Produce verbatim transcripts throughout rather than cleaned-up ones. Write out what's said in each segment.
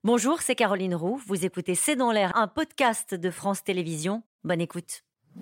Bonjour, c'est Caroline Roux. Vous écoutez C'est dans l'air, un podcast de France Télévisions. Bonne écoute.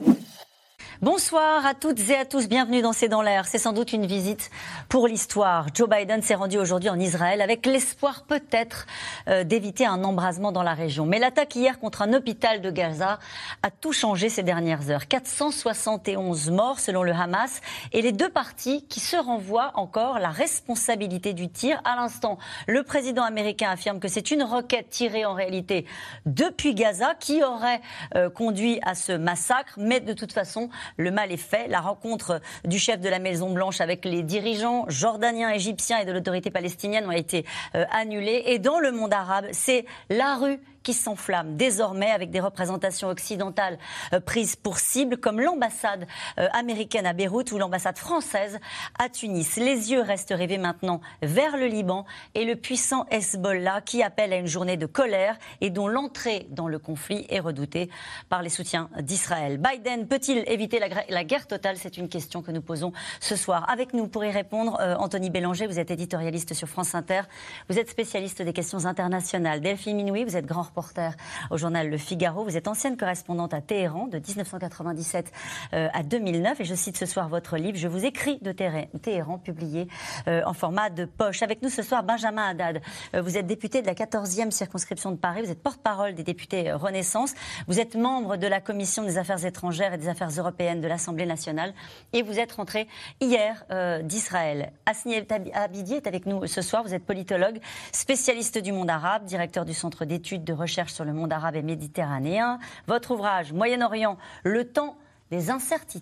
Bonsoir à toutes et à tous, bienvenue dans C'est dans l'air. C'est sans doute une visite pour l'histoire. Joe Biden s'est rendu aujourd'hui en Israël avec l'espoir peut-être euh, d'éviter un embrasement dans la région. Mais l'attaque hier contre un hôpital de Gaza a tout changé ces dernières heures. quatre cent soixante et onze morts selon le Hamas et les deux parties qui se renvoient encore la responsabilité du tir. À l'instant, le président américain affirme que c'est une roquette tirée en réalité depuis Gaza qui aurait euh, conduit à ce massacre. Mais de toute façon, le mal est fait. La rencontre du chef de la Maison-Blanche avec les dirigeants jordaniens, égyptiens et de l'autorité palestinienne a été euh, annulée. Et dans le monde arabe, c'est la rue qui s'enflamme désormais avec des représentations occidentales euh, prises pour cible, comme l'ambassade euh, américaine à Beyrouth ou l'ambassade française à Tunis. Les yeux restent rivés maintenant vers le Liban et le puissant Hezbollah qui appelle à une journée de colère et dont l'entrée dans le conflit est redoutée par les soutiens d'Israël. Biden peut-il éviter la, la guerre totale? C'est une question que nous posons ce soir. Avec nous pour y répondre, euh, Anthony Bélanger, vous êtes éditorialiste sur France Inter, vous êtes spécialiste des questions internationales. Delphine Minoui, vous êtes grand reporter au journal Le Figaro. Vous êtes ancienne correspondante à Téhéran de dix-neuf cent quatre-vingt-dix-sept euh, à deux mille neuf. Et je cite ce soir votre livre « Je vous écris de Téhéran », publié euh, en format de poche. Avec nous ce soir, Benjamin Haddad. Euh, vous êtes député de la quatorzième circonscription de Paris. Vous êtes porte-parole des députés euh, Renaissance. Vous êtes membre de la Commission des Affaires étrangères et des Affaires européennes de l'Assemblée nationale. Et vous êtes rentré hier euh, d'Israël. Hasni Abidi est avec nous ce soir. Vous êtes politologue, spécialiste du monde arabe, directeur du Centre d'études de recherche sur le monde arabe et méditerranéen. Votre ouvrage « Moyen-Orient, le temps des incertitudes »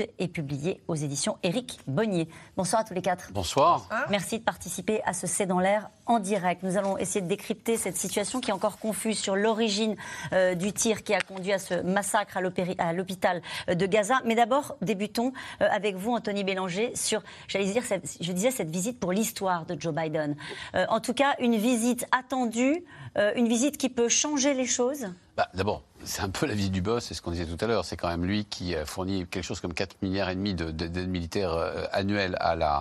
est publié aux éditions Éric Bonnier. Bonsoir à tous les quatre. Bonsoir. Merci de participer à ce C'est dans l'air en direct. Nous allons essayer de décrypter cette situation qui est encore confuse sur l'origine euh, du tir qui a conduit à ce massacre à l'hôpital de Gaza. Mais d'abord, débutons euh, avec vous, Anthony Bélanger, sur, j'allais dire, cette, je disais, cette visite pour l'histoire de Joe Biden. Euh, en tout cas, une visite attendue, euh, une visite qui peut changer les choses. Bah, d'abord, c'est un peu la visite du boss, c'est ce qu'on disait tout à l'heure. C'est quand même lui qui fournit quelque chose comme quatre milliards et demi d'aide militaire euh, annuelle à, la,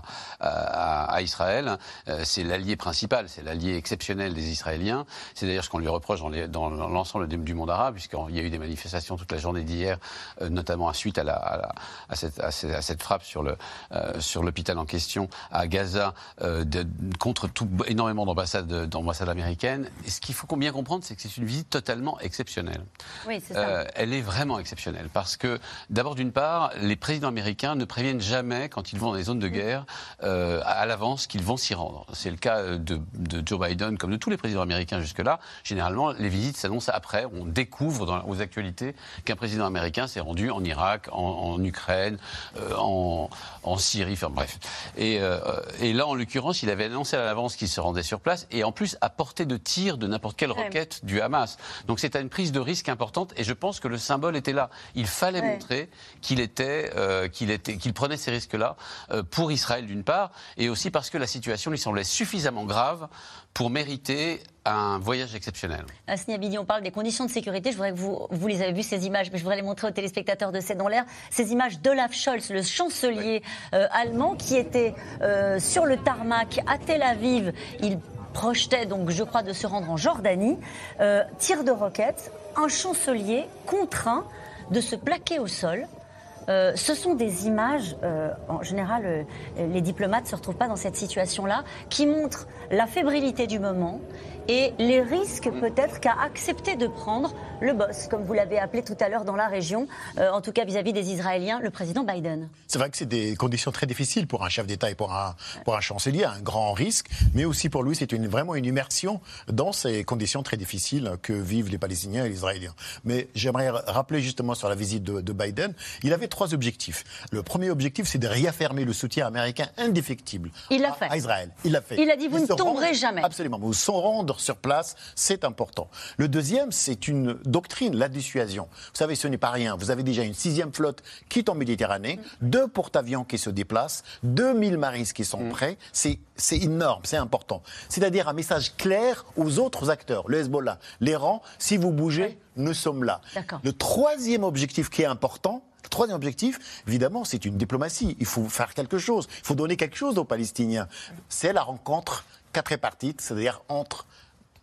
à, à Israël. Euh, c'est l'allié principal, c'est l'allié exceptionnel des Israéliens. C'est d'ailleurs ce qu'on lui reproche dans, les, dans l'ensemble du monde arabe, puisqu'il y a eu des manifestations toute la journée d'hier, euh, notamment à suite à, la, à, la, à, cette, à, cette, à cette frappe sur, le, euh, sur l'hôpital en question à Gaza, euh, de, contre tout, énormément d'ambassades, d'ambassades américaines. Et ce qu'il faut bien comprendre, c'est que c'est une visite totalement exceptionnelle. Oui, c'est ça. Euh, elle est vraiment exceptionnelle parce que, d'abord, d'une part, les présidents américains ne préviennent jamais, quand ils vont dans les zones de guerre, euh, à l'avance qu'ils vont s'y rendre. C'est le cas de, de Joe Biden, comme de tous les présidents américains jusque-là. Généralement, les visites s'annoncent après. On découvre dans, aux actualités qu'un président américain s'est rendu en Irak, en, en Ukraine, euh, en, en Syrie, enfin bref. Et, euh, et là, en l'occurrence, il avait annoncé à l'avance qu'il se rendait sur place et en plus à portée de tir de n'importe quelle roquette ouais. du Hamas. Donc c'est une prise de risque importante et je pense que le symbole était là. Il fallait ouais. montrer qu'il était, euh, qu'il était, qu'il prenait ces risques-là euh, pour Israël d'une part et aussi parce que la situation lui semblait suffisamment grave pour mériter un voyage exceptionnel. Hasni Abidi, on parle des conditions de sécurité. Je voudrais que vous, vous les avez vues, ces images, mais je voudrais les montrer aux téléspectateurs de C'est dans l'air. Ces images d'Olaf Scholz, le chancelier oui. euh, allemand, qui était euh, sur le tarmac à Tel Aviv. Il projetait donc, je crois, de se rendre en Jordanie. Euh, tir de roquette, un chancelier contraint de se plaquer au sol. Euh, ce sont des images, euh, en général, euh, les diplomates ne se retrouvent pas dans cette situation-là, qui montrent la fébrilité du moment et les risques peut-être qu'a accepté de prendre le boss, comme vous l'avez appelé tout à l'heure dans la région, euh, en tout cas vis-à-vis des Israéliens, le président Biden. C'est vrai que c'est des conditions très difficiles pour un chef d'État et pour un, pour un chancelier, un grand risque, mais aussi pour lui c'est une, vraiment une immersion dans ces conditions très difficiles que vivent les Palestiniens et les Israéliens. Mais j'aimerais rappeler justement sur la visite de, de Biden, il avait trois objectifs. Le premier objectif, c'est de réaffirmer le soutien américain indéfectible il l'a à, fait. à Israël. Il l'a fait. Il a dit, vous il ne tomberez rendre, jamais. Absolument, vous se rendre sur place, c'est important. Le deuxième, c'est une doctrine, la dissuasion. Vous savez, ce n'est pas rien. Vous avez déjà une sixième flotte qui est en Méditerranée, mmh. deux porte-avions qui se déplacent, deux mille marines qui sont mmh. prêts. C'est, c'est énorme, c'est important. C'est-à-dire un message clair aux autres acteurs, le Hezbollah, l'Iran, si vous bougez, oui. nous sommes là. D'accord. Le troisième objectif qui est important, le troisième objectif, évidemment, c'est une diplomatie. Il faut faire quelque chose. Il faut donner quelque chose aux Palestiniens. C'est la rencontre quadripartite, c'est-à-dire entre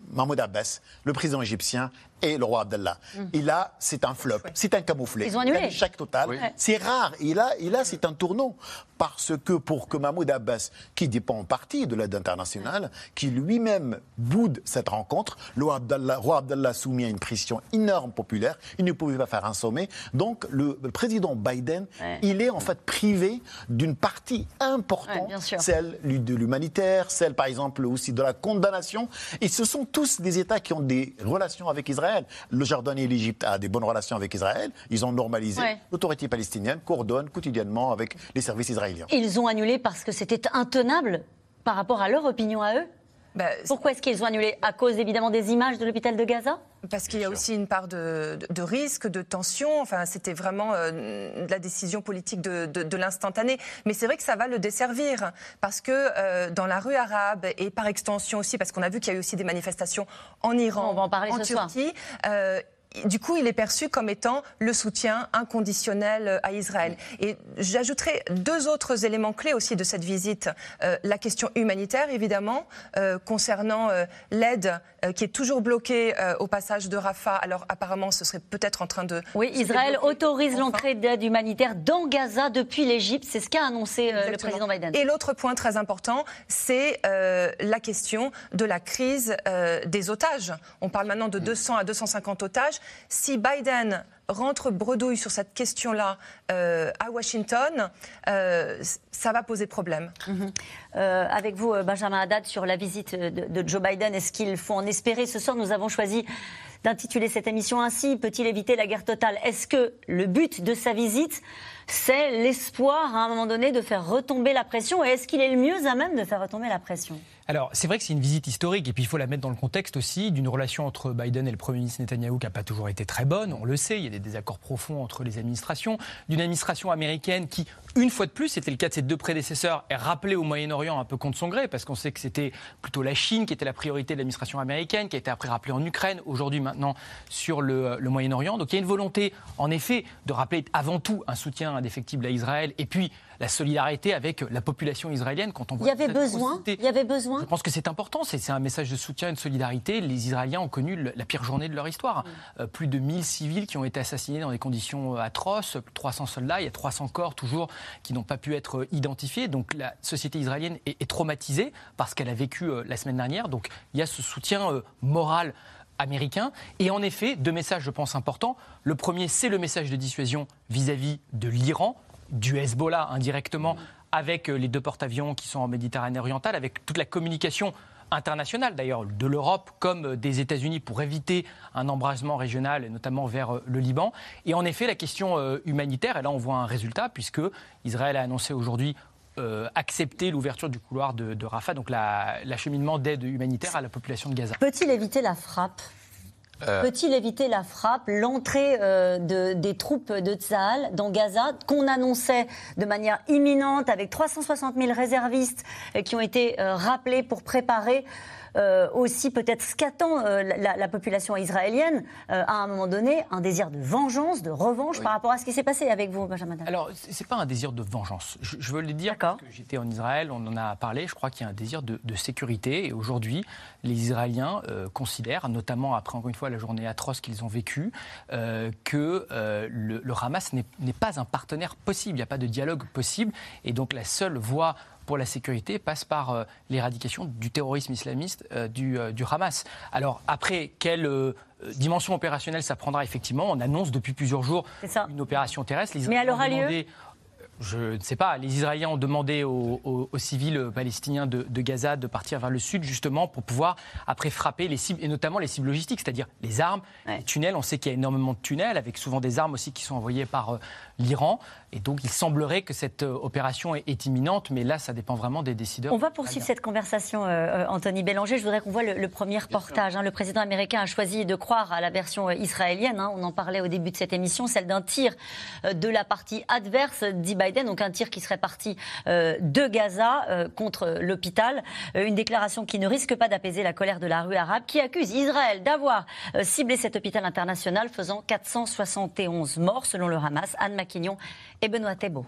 Mahmoud Abbas, le président égyptien et le roi Abdallah. Mm. Et là, c'est un flop, c'est un camouflet. Ils ont annulé. Un échec total. Oui. C'est rare. Et là, et là c'est un tournant. Parce que pour que Mahmoud Abbas, qui dépend en partie de l'aide internationale, qui lui-même boude cette rencontre, le roi Abdallah, roi Abdallah soumis à une pression énorme populaire, il ne pouvait pas faire un sommet. Donc le, le président Biden, ouais. il est en fait privé d'une partie importante, ouais, celle de l'humanitaire, celle par exemple aussi de la condamnation. Et ce sont tous des États qui ont des relations avec Israël. Le Jordan et l'Égypte ont des bonnes relations avec Israël. Ils ont normalisé. Ouais. L'autorité palestinienne coordonne quotidiennement avec les services israéliens. Ils ont annulé parce que c'était intenable par rapport à leur opinion à eux. Bah, Pourquoi est-ce qu'ils ont annulé? À cause évidemment des images de l'hôpital de Gaza? Parce qu'il y a aussi une part de, de, de risque, de tension. Enfin, c'était vraiment euh, de la décision politique de, de, de l'instantané. Mais c'est vrai que ça va le desservir. Parce que euh, dans la rue arabe, et par extension aussi, parce qu'on a vu qu'il y a eu aussi des manifestations en Iran, on va en parler en ce Turquie, soir. Euh, du coup, il est perçu comme étant le soutien inconditionnel à Israël. Et j'ajouterai deux autres éléments clés aussi de cette visite. Euh, la question humanitaire, évidemment, euh, concernant euh, l'aide euh, qui est toujours bloquée euh, au passage de Rafah. Alors, apparemment, ce serait peut-être en train de... Oui, Israël autorise enfin. l'entrée d'aide humanitaire dans Gaza depuis l'Égypte. C'est ce qu'a annoncé euh, le président Biden. Et l'autre point très important, c'est euh, la question de la crise euh, des otages. On parle maintenant de deux cents à deux cent cinquante otages. Si Biden rentre bredouille sur cette question-là euh, à Washington, euh, ça va poser problème. Mmh. Euh, avec vous, Benjamin Haddad, sur la visite de, de Joe Biden, est-ce qu'il faut en espérer? Ce soir, nous avons choisi d'intituler cette émission ainsi, peut-il éviter la guerre totale? Est-ce que le but de sa visite, c'est l'espoir, à un moment donné, de faire retomber la pression? Et est-ce qu'il est le mieux à même de faire retomber la pression? Alors, c'est vrai que c'est une visite historique, et puis il faut la mettre dans le contexte aussi d'une relation entre Biden et le Premier ministre Netanyahou qui n'a pas toujours été très bonne, on le sait, il y a des désaccords profonds entre les administrations, d'une administration américaine qui, une fois de plus, c'était le cas de ses deux prédécesseurs, est rappelée au Moyen-Orient un peu contre son gré, parce qu'on sait que c'était plutôt la Chine qui était la priorité de l'administration américaine, qui a été après rappelée en Ukraine, aujourd'hui maintenant sur le, le Moyen-Orient. Donc il y a une volonté, en effet, de rappeler avant tout un soutien indéfectible à Israël, et puis la solidarité avec la population israélienne. Quand on voit il y avait besoin. Il y avait besoin. Je pense que c'est important. C'est, c'est un message de soutien et de solidarité. Les Israéliens ont connu le, la pire journée de leur histoire. Mmh. Euh, plus de mille civils qui ont été assassinés dans des conditions atroces. trois cents soldats. Il y a trois cents corps toujours qui n'ont pas pu être identifiés. Donc la société israélienne est, est traumatisée par ce qu'elle a vécu euh, la semaine dernière. Donc il y a ce soutien euh, moral américain. Et en effet, deux messages, je pense, importants. Le premier, c'est le message de dissuasion vis-à-vis de l'Iran, du Hezbollah indirectement, avec les deux porte-avions qui sont en Méditerranée orientale, avec toute la communication internationale d'ailleurs de l'Europe comme des États-Unis pour éviter un embrasement régional, et notamment vers le Liban. Et en effet, la question humanitaire, et là on voit un résultat, puisque Israël a annoncé aujourd'hui Euh, accepter l'ouverture du couloir de, de Rafah, donc la, l'acheminement d'aide humanitaire à la population de Gaza. Peut-il éviter la frappe euh... Peut-il éviter la frappe, l'entrée euh, de, des troupes de Tsahal dans Gaza, qu'on annonçait de manière imminente, avec trois cent soixante mille réservistes euh, qui ont été euh, rappelés pour préparer Euh, aussi peut-être ce qu'attend euh, la, la population israélienne, euh, à un moment donné, un désir de vengeance, de revanche oui. par rapport à ce qui s'est passé avec vous, Benjamin Haddad. Alors, c'est pas un désir de vengeance. Je, je veux le dire parce que j'étais en Israël, on en a parlé, je crois qu'il y a un désir de, de sécurité. Et aujourd'hui, les Israéliens euh, considèrent, notamment après, encore une fois, la journée atroce qu'ils ont vécue, euh, que euh, le, le Hamas n'est, n'est pas un partenaire possible. Il n'y a pas de dialogue possible. Et donc, la seule voie pour la sécurité passe par euh, l'éradication du terrorisme islamiste euh, du, euh, du Hamas. Alors après, quelle euh, dimension opérationnelle ça prendra effectivement? On annonce depuis plusieurs jours une opération terrestre. Les Mais elle aura lieu Je ne sais pas. Les Israéliens ont demandé aux, aux, aux civils palestiniens de, de Gaza de partir vers le sud, justement, pour pouvoir après frapper les cibles, et notamment les cibles logistiques, c'est-à-dire les armes, ouais. les tunnels. On sait qu'il y a énormément de tunnels, avec souvent des armes aussi qui sont envoyées par euh, l'Iran. Et donc, il semblerait que cette euh, opération est, est imminente, mais là, ça dépend vraiment des décideurs. On va poursuivre cette conversation, euh, Anthony Bélanger. Je voudrais qu'on voit le, le premier reportage. Hein. Le président américain a choisi de croire à la version israélienne. Hein. On en parlait au début de cette émission, celle d'un tir euh, de la partie adverse, dit Biden. Donc, un tir qui serait parti euh, de Gaza euh, contre l'hôpital. Euh, une déclaration qui ne risque pas d'apaiser la colère de la rue arabe, qui accuse Israël d'avoir euh, ciblé cet hôpital international, faisant quatre cent soixante et onze morts, selon le Hamas. Anne Maquignon et Benoît Thébault.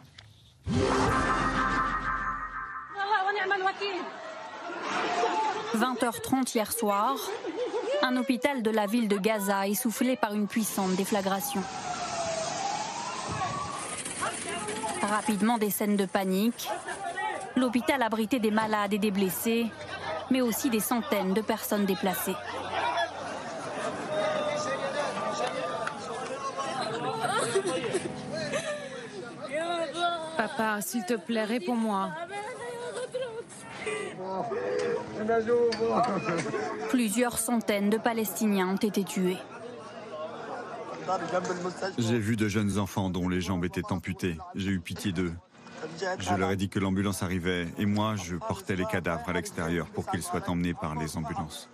vingt heures trente hier soir, Un hôpital de la ville de Gaza essoufflé par une puissante déflagration. Rapidement, des scènes de panique. L'hôpital abritait des malades et des blessés, mais aussi des centaines de personnes déplacées. Papa, s'il te plaît, réponds-moi. Plusieurs centaines de Palestiniens ont été tués. J'ai vu de jeunes enfants dont les jambes étaient amputées. J'ai eu pitié d'eux. Je leur ai dit que l'ambulance arrivait et moi, je portais les cadavres à l'extérieur pour qu'ils soient emmenés par les ambulances.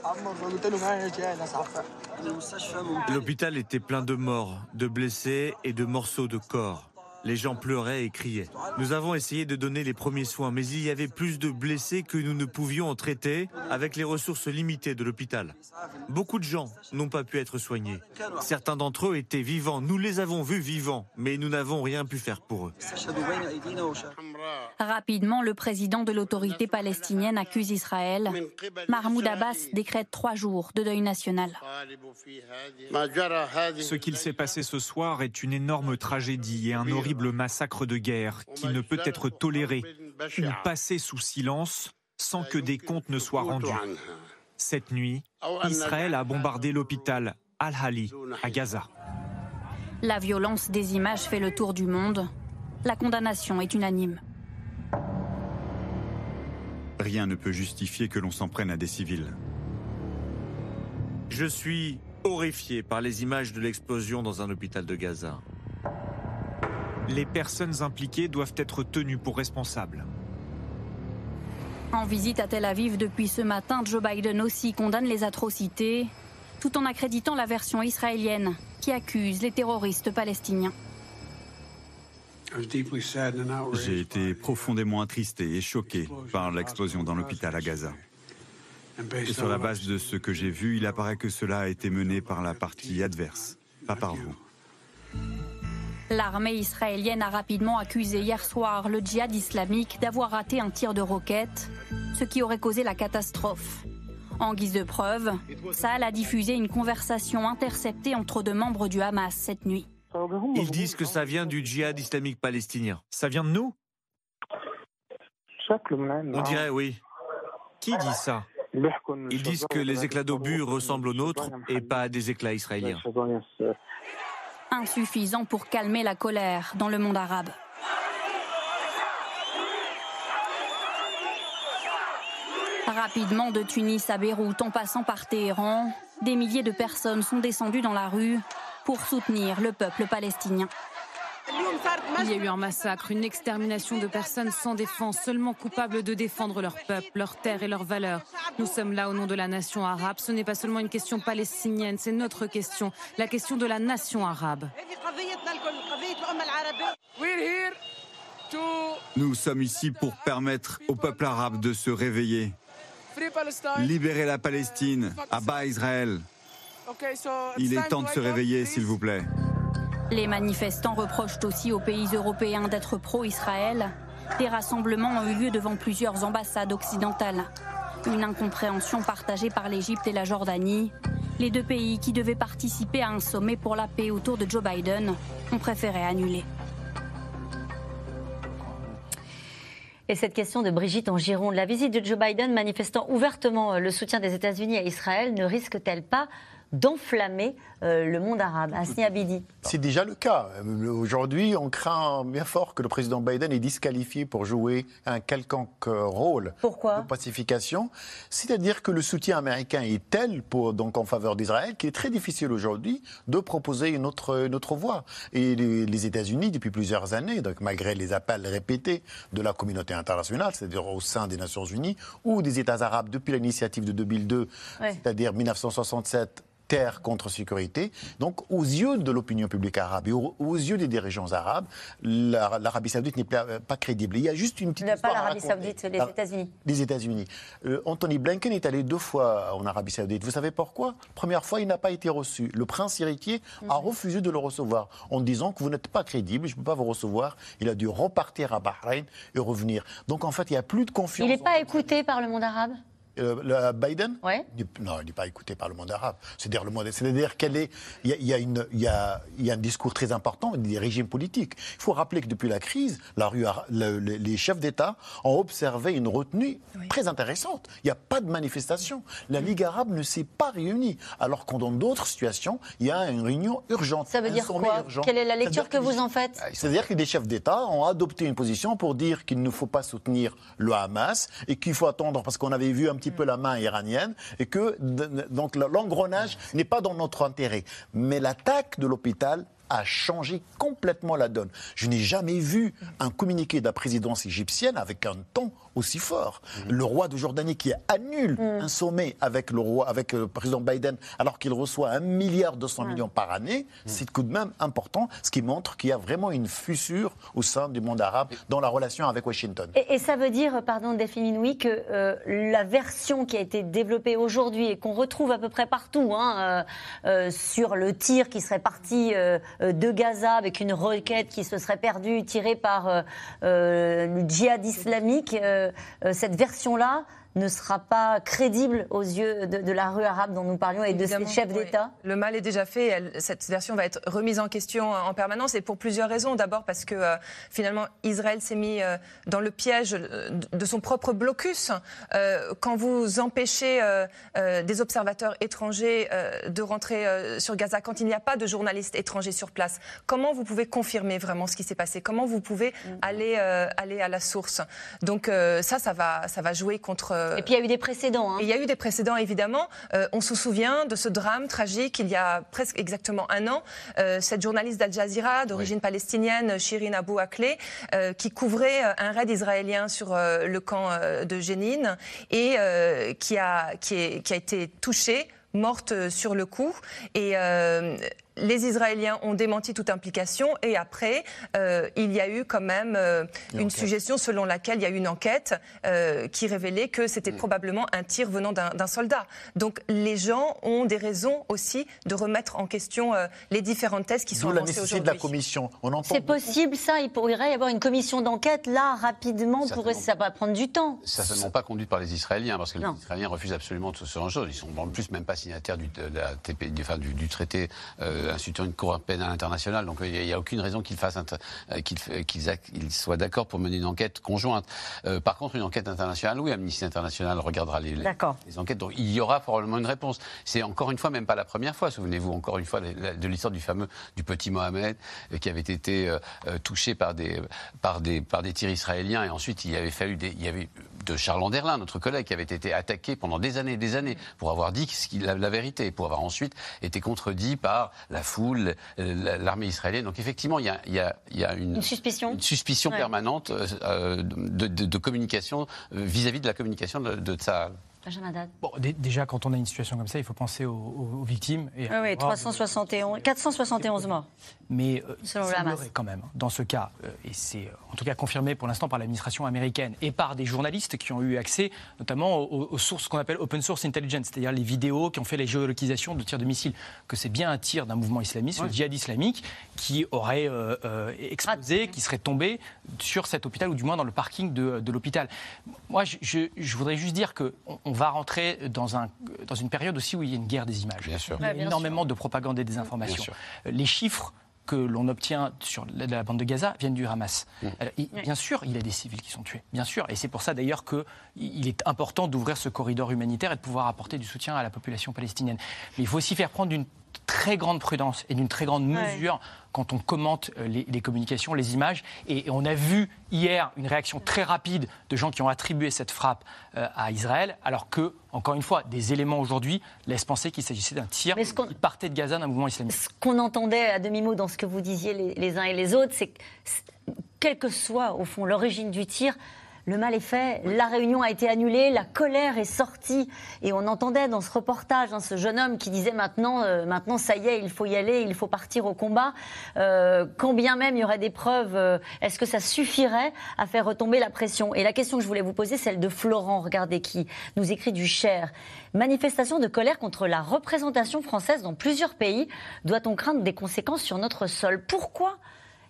L'hôpital était plein de morts, de blessés et de morceaux de corps. Les gens pleuraient et criaient. Nous avons essayé de donner les premiers soins, mais il y avait plus de blessés que nous ne pouvions en traiter avec les ressources limitées de l'hôpital. Beaucoup de gens n'ont pas pu être soignés. Certains d'entre eux étaient vivants. Nous les avons vus vivants, mais nous n'avons rien pu faire pour eux. Rapidement, le président de l'autorité palestinienne accuse Israël. Mahmoud Abbas décrète trois jours de deuil national. Ce qu'il s'est passé ce soir est une énorme tragédie et un horrible massacre de guerre qui ne peut être toléré ou passé sous silence sans que des comptes ne soient rendus. Cette nuit, Israël a bombardé l'hôpital Al-Hali à Gaza. La violence des images fait le tour du monde. La condamnation est unanime. Rien ne peut justifier que l'on s'en prenne à des civils. Je suis horrifié par les images de l'explosion dans un hôpital de Gaza. Les personnes impliquées doivent être tenues pour responsables. En visite à Tel Aviv depuis ce matin, Joe Biden aussi condamne les atrocités, tout en accréditant la version israélienne qui accuse les terroristes palestiniens. J'ai été profondément attristé et choqué par l'explosion dans l'hôpital à Gaza. Et sur la base de ce que j'ai vu, il apparaît que cela a été mené par la partie adverse, pas par vous. L'armée israélienne a rapidement accusé hier soir le djihad islamique d'avoir raté un tir de roquette, ce qui aurait causé la catastrophe. En guise de preuve, Tsahal a diffusé une conversation interceptée entre deux membres du Hamas cette nuit. Ils disent que ça vient du djihad islamique palestinien. Ça vient de nous? On dirait oui. Qui dit ça? Ils disent que les éclats d'obus ressemblent aux nôtres et pas à des éclats israéliens. Insuffisant pour calmer la colère dans le monde arabe. Rapidement, de Tunis à Beyrouth, en passant par Téhéran, des milliers de personnes sont descendues dans la rue pour soutenir le peuple palestinien. Il y a eu un massacre, une extermination de personnes sans défense, seulement coupables de défendre leur peuple, leur terre et leurs valeurs. Nous sommes là au nom de la nation arabe. Ce n'est pas seulement une question palestinienne, c'est notre question, la question de la nation arabe. Nous sommes ici pour permettre au peuple arabe de se réveiller. Libérer la Palestine, abat Israël. Il est temps de se réveiller, s'il vous plaît. Les manifestants reprochent aussi aux pays européens d'être pro-Israël. Des rassemblements ont eu lieu devant plusieurs ambassades occidentales. Une incompréhension partagée par l'Égypte et la Jordanie. Les deux pays qui devaient participer à un sommet pour la paix autour de Joe Biden ont préféré annuler. Et cette question de Brigitte en Gironde, la visite de Joe Biden manifestant ouvertement le soutien des États-Unis à Israël ne risque-t-elle pas d'enflammer euh, le monde arabe? Hasni Abidi. C'est déjà le cas. Aujourd'hui, on craint bien fort que le président Biden est disqualifié pour jouer un quelconque rôle Pourquoi de pacification. C'est-à-dire que le soutien américain est tel pour, donc, en faveur d'Israël qu'il est très difficile aujourd'hui de proposer une autre, une autre voie. Et les, les États-Unis, depuis plusieurs années, donc, malgré les appels répétés de la communauté internationale, c'est-à-dire au sein des Nations Unies, ou des États arabes depuis l'initiative de deux mille deux, ouais. c'est-à-dire mille neuf cent soixante-sept, terre contre sécurité. Donc, aux yeux de l'opinion publique arabe et aux, aux yeux des dirigeants arabes, la, l'Arabie Saoudite n'est pas, pas crédible. Il y a juste une petite histoire. Pas l'Arabie Saoudite, les États-Unis. Les États-Unis. Euh, Anthony Blinken est allé deux fois en Arabie Saoudite. Vous savez pourquoi? Première fois, il n'a pas été reçu. Le prince héritier mmh. a refusé de le recevoir en disant que vous n'êtes pas crédible, je ne peux pas vous recevoir. Il a dû repartir à Bahreïn et revenir. Donc, en fait, il n'y a plus de confiance. Il n'est pas écouté par le monde arabe? euh, le Biden ouais. Non, il n'est pas écouté par le monde arabe. C'est-à-dire, le monde, c'est-à-dire qu'il est, il y a, il y a une, il y a, il y a un discours très important des régimes politiques. Il faut rappeler que depuis la crise, la rue, le, le, les chefs d'État ont observé une retenue oui. très intéressante. Il n'y a pas de manifestation. La Ligue arabe ne s'est pas réunie, alors qu'en dans d'autres situations, il y a une réunion urgente. Ça veut dire quoi? Urgent. Quelle est la lecture que vous en faites? C'est-à-dire que des chefs d'État ont adopté une position pour dire qu'il ne faut pas soutenir le Hamas et qu'il faut attendre, parce qu'on avait vu un petit peu la main iranienne, et que donc l'engrenage n'est pas dans notre intérêt. Mais l'attaque de l'hôpital a changé complètement la donne. Je n'ai jamais vu un communiqué de la présidence égyptienne avec un ton aussi fort. Mmh. Le roi de Jordanie qui annule mmh. un sommet avec le roi, avec le président Biden, alors qu'il reçoit un milliard deux cents mmh. millions par année, mmh. c'est tout de même important, ce qui montre qu'il y a vraiment une fissure au sein du monde arabe dans la relation avec Washington. Et, et ça veut dire, pardon, Delphine Inouï, que euh, la version qui a été développée aujourd'hui et qu'on retrouve à peu près partout, hein, euh, euh, sur le tir qui serait parti euh, de Gaza avec une roquette qui se serait perdue, tirée par euh, euh, le djihad islamique, euh, euh, cette version-là ne sera pas crédible aux yeux de, de la rue arabe dont nous parlions et Évidemment, de ses chefs d'État. Oui. Le mal est déjà fait. Elle, cette version va être remise en question en permanence et pour plusieurs raisons. D'abord parce que euh, finalement Israël s'est mis euh, dans le piège de son propre blocus. Euh, quand vous empêchez euh, euh, des observateurs étrangers euh, de rentrer euh, sur Gaza, quand il n'y a pas de journalistes étrangers sur place, comment vous pouvez confirmer vraiment ce qui s'est passé? Comment vous pouvez mmh. aller, euh, aller à la source? Donc euh, ça, ça va, ça va jouer contre... Et puis il y a eu des précédents. Hein. Il y a eu des précédents, évidemment. Euh, on se souvient de ce drame tragique, il y a presque exactement un an. Euh, cette journaliste d'Al Jazeera, d'origine oui. palestinienne, Shirin Abu Akleh, euh, qui couvrait un raid israélien sur euh, le camp euh, de Jenin et euh, qui, a, qui, est, qui a été touchée, morte sur le coup. Et... Euh, les Israéliens ont démenti toute implication et après, euh, il y a eu quand même euh, une, une suggestion selon laquelle il y a eu une enquête euh, qui révélait que c'était mmh. probablement un tir venant d'un, d'un soldat. Donc les gens ont des raisons aussi de remettre en question euh, les différentes thèses qui sont D'où avancées aujourd'hui. la nécessité de la commission. On entend C'est beaucoup. Possible ça, il pourrait y avoir une commission d'enquête là rapidement, pourrait, ça va prendre du temps. Certainement pas conduite par les Israéliens parce que non. les Israéliens refusent absolument tout ce genre de choses. Ils sont en plus même pas signataires du, de la T P, du, enfin, du, du traité euh, instituant une cour pénale internationale, donc il n'y a, a aucune raison qu'ils fassent inter, qu'ils, qu'ils, qu'ils soient d'accord pour mener une enquête conjointe. Euh, par contre, une enquête internationale, oui, Amnesty International regardera les, les, les enquêtes, donc il y aura probablement une réponse. C'est encore une fois même pas la première fois. Souvenez-vous encore une fois de l'histoire du fameux du petit Mohamed euh, qui avait été euh, touché par des par des par des tirs israéliens et ensuite il y avait fallu des, il y avait de Charles Anderlin, notre collègue, qui avait été attaqué pendant des années et des années pour avoir dit ce qu'il, la, la vérité, pour avoir ensuite été contredit par la foule, l'armée israélienne. Donc effectivement, il y a, il y a, il y a une, une suspicion, une suspicion ouais. permanente euh, de, de, de communication vis-à-vis de la communication de, de Tsahal. Bon, d- déjà, quand on a une situation comme ça, il faut penser aux, aux, aux victimes. Et ah oui, trois cent soixante et onze, quatre cent soixante et onze morts. Mais euh, il semblerait quand même, dans ce cas, euh, et c'est en tout cas confirmé pour l'instant par l'administration américaine et par des journalistes qui ont eu accès notamment aux, aux sources qu'on appelle open source intelligence, c'est-à-dire les vidéos qui ont fait les géolocalisations de tirs de missiles, que c'est bien un tir d'un mouvement islamiste, ouais. le djihad islamique, qui aurait euh, euh, explosé, ah, qui serait tombé sur cet hôpital, ou du moins dans le parking de, de l'hôpital. Moi, je, je, je voudrais juste dire qu'on on va rentrer dans, un, dans une période aussi où il y a une guerre des images. Bien sûr. Il y a ouais, énormément sûr. de propagande et des informations. Les chiffres que l'on obtient sur la, la bande de Gaza viennent du Hamas. Mmh. Alors, il, bien sûr, il y a des civils qui sont tués, bien sûr, et c'est pour ça d'ailleurs qu'il est important d'ouvrir ce corridor humanitaire et de pouvoir apporter du soutien à la population palestinienne. Mais il faut aussi faire prendre une très grande prudence et d'une très grande mesure ouais. quand on commente les, les communications, les images. Et, et on a vu hier une réaction très rapide de gens qui ont attribué cette frappe euh, à Israël, alors que, encore une fois, des éléments aujourd'hui laissent penser qu'il s'agissait d'un tir qui partait de Gaza, d'un mouvement islamique. Ce qu'on entendait à demi-mot dans ce que vous disiez les, les uns et les autres, c'est que, quelle que soit, au fond, l'origine du tir, le mal est fait, la réunion a été annulée, la colère est sortie. Et on entendait dans ce reportage hein, ce jeune homme qui disait maintenant, euh, maintenant ça y est, il faut y aller, il faut partir au combat. Euh, quand bien même il y aurait des preuves, euh, est-ce que ça suffirait à faire retomber la pression? Et la question que je voulais vous poser, celle de Florent, regardez, qui nous écrit du Cher. Manifestation de colère contre la représentation française dans plusieurs pays. Doit-on craindre des conséquences sur notre sol? Pourquoi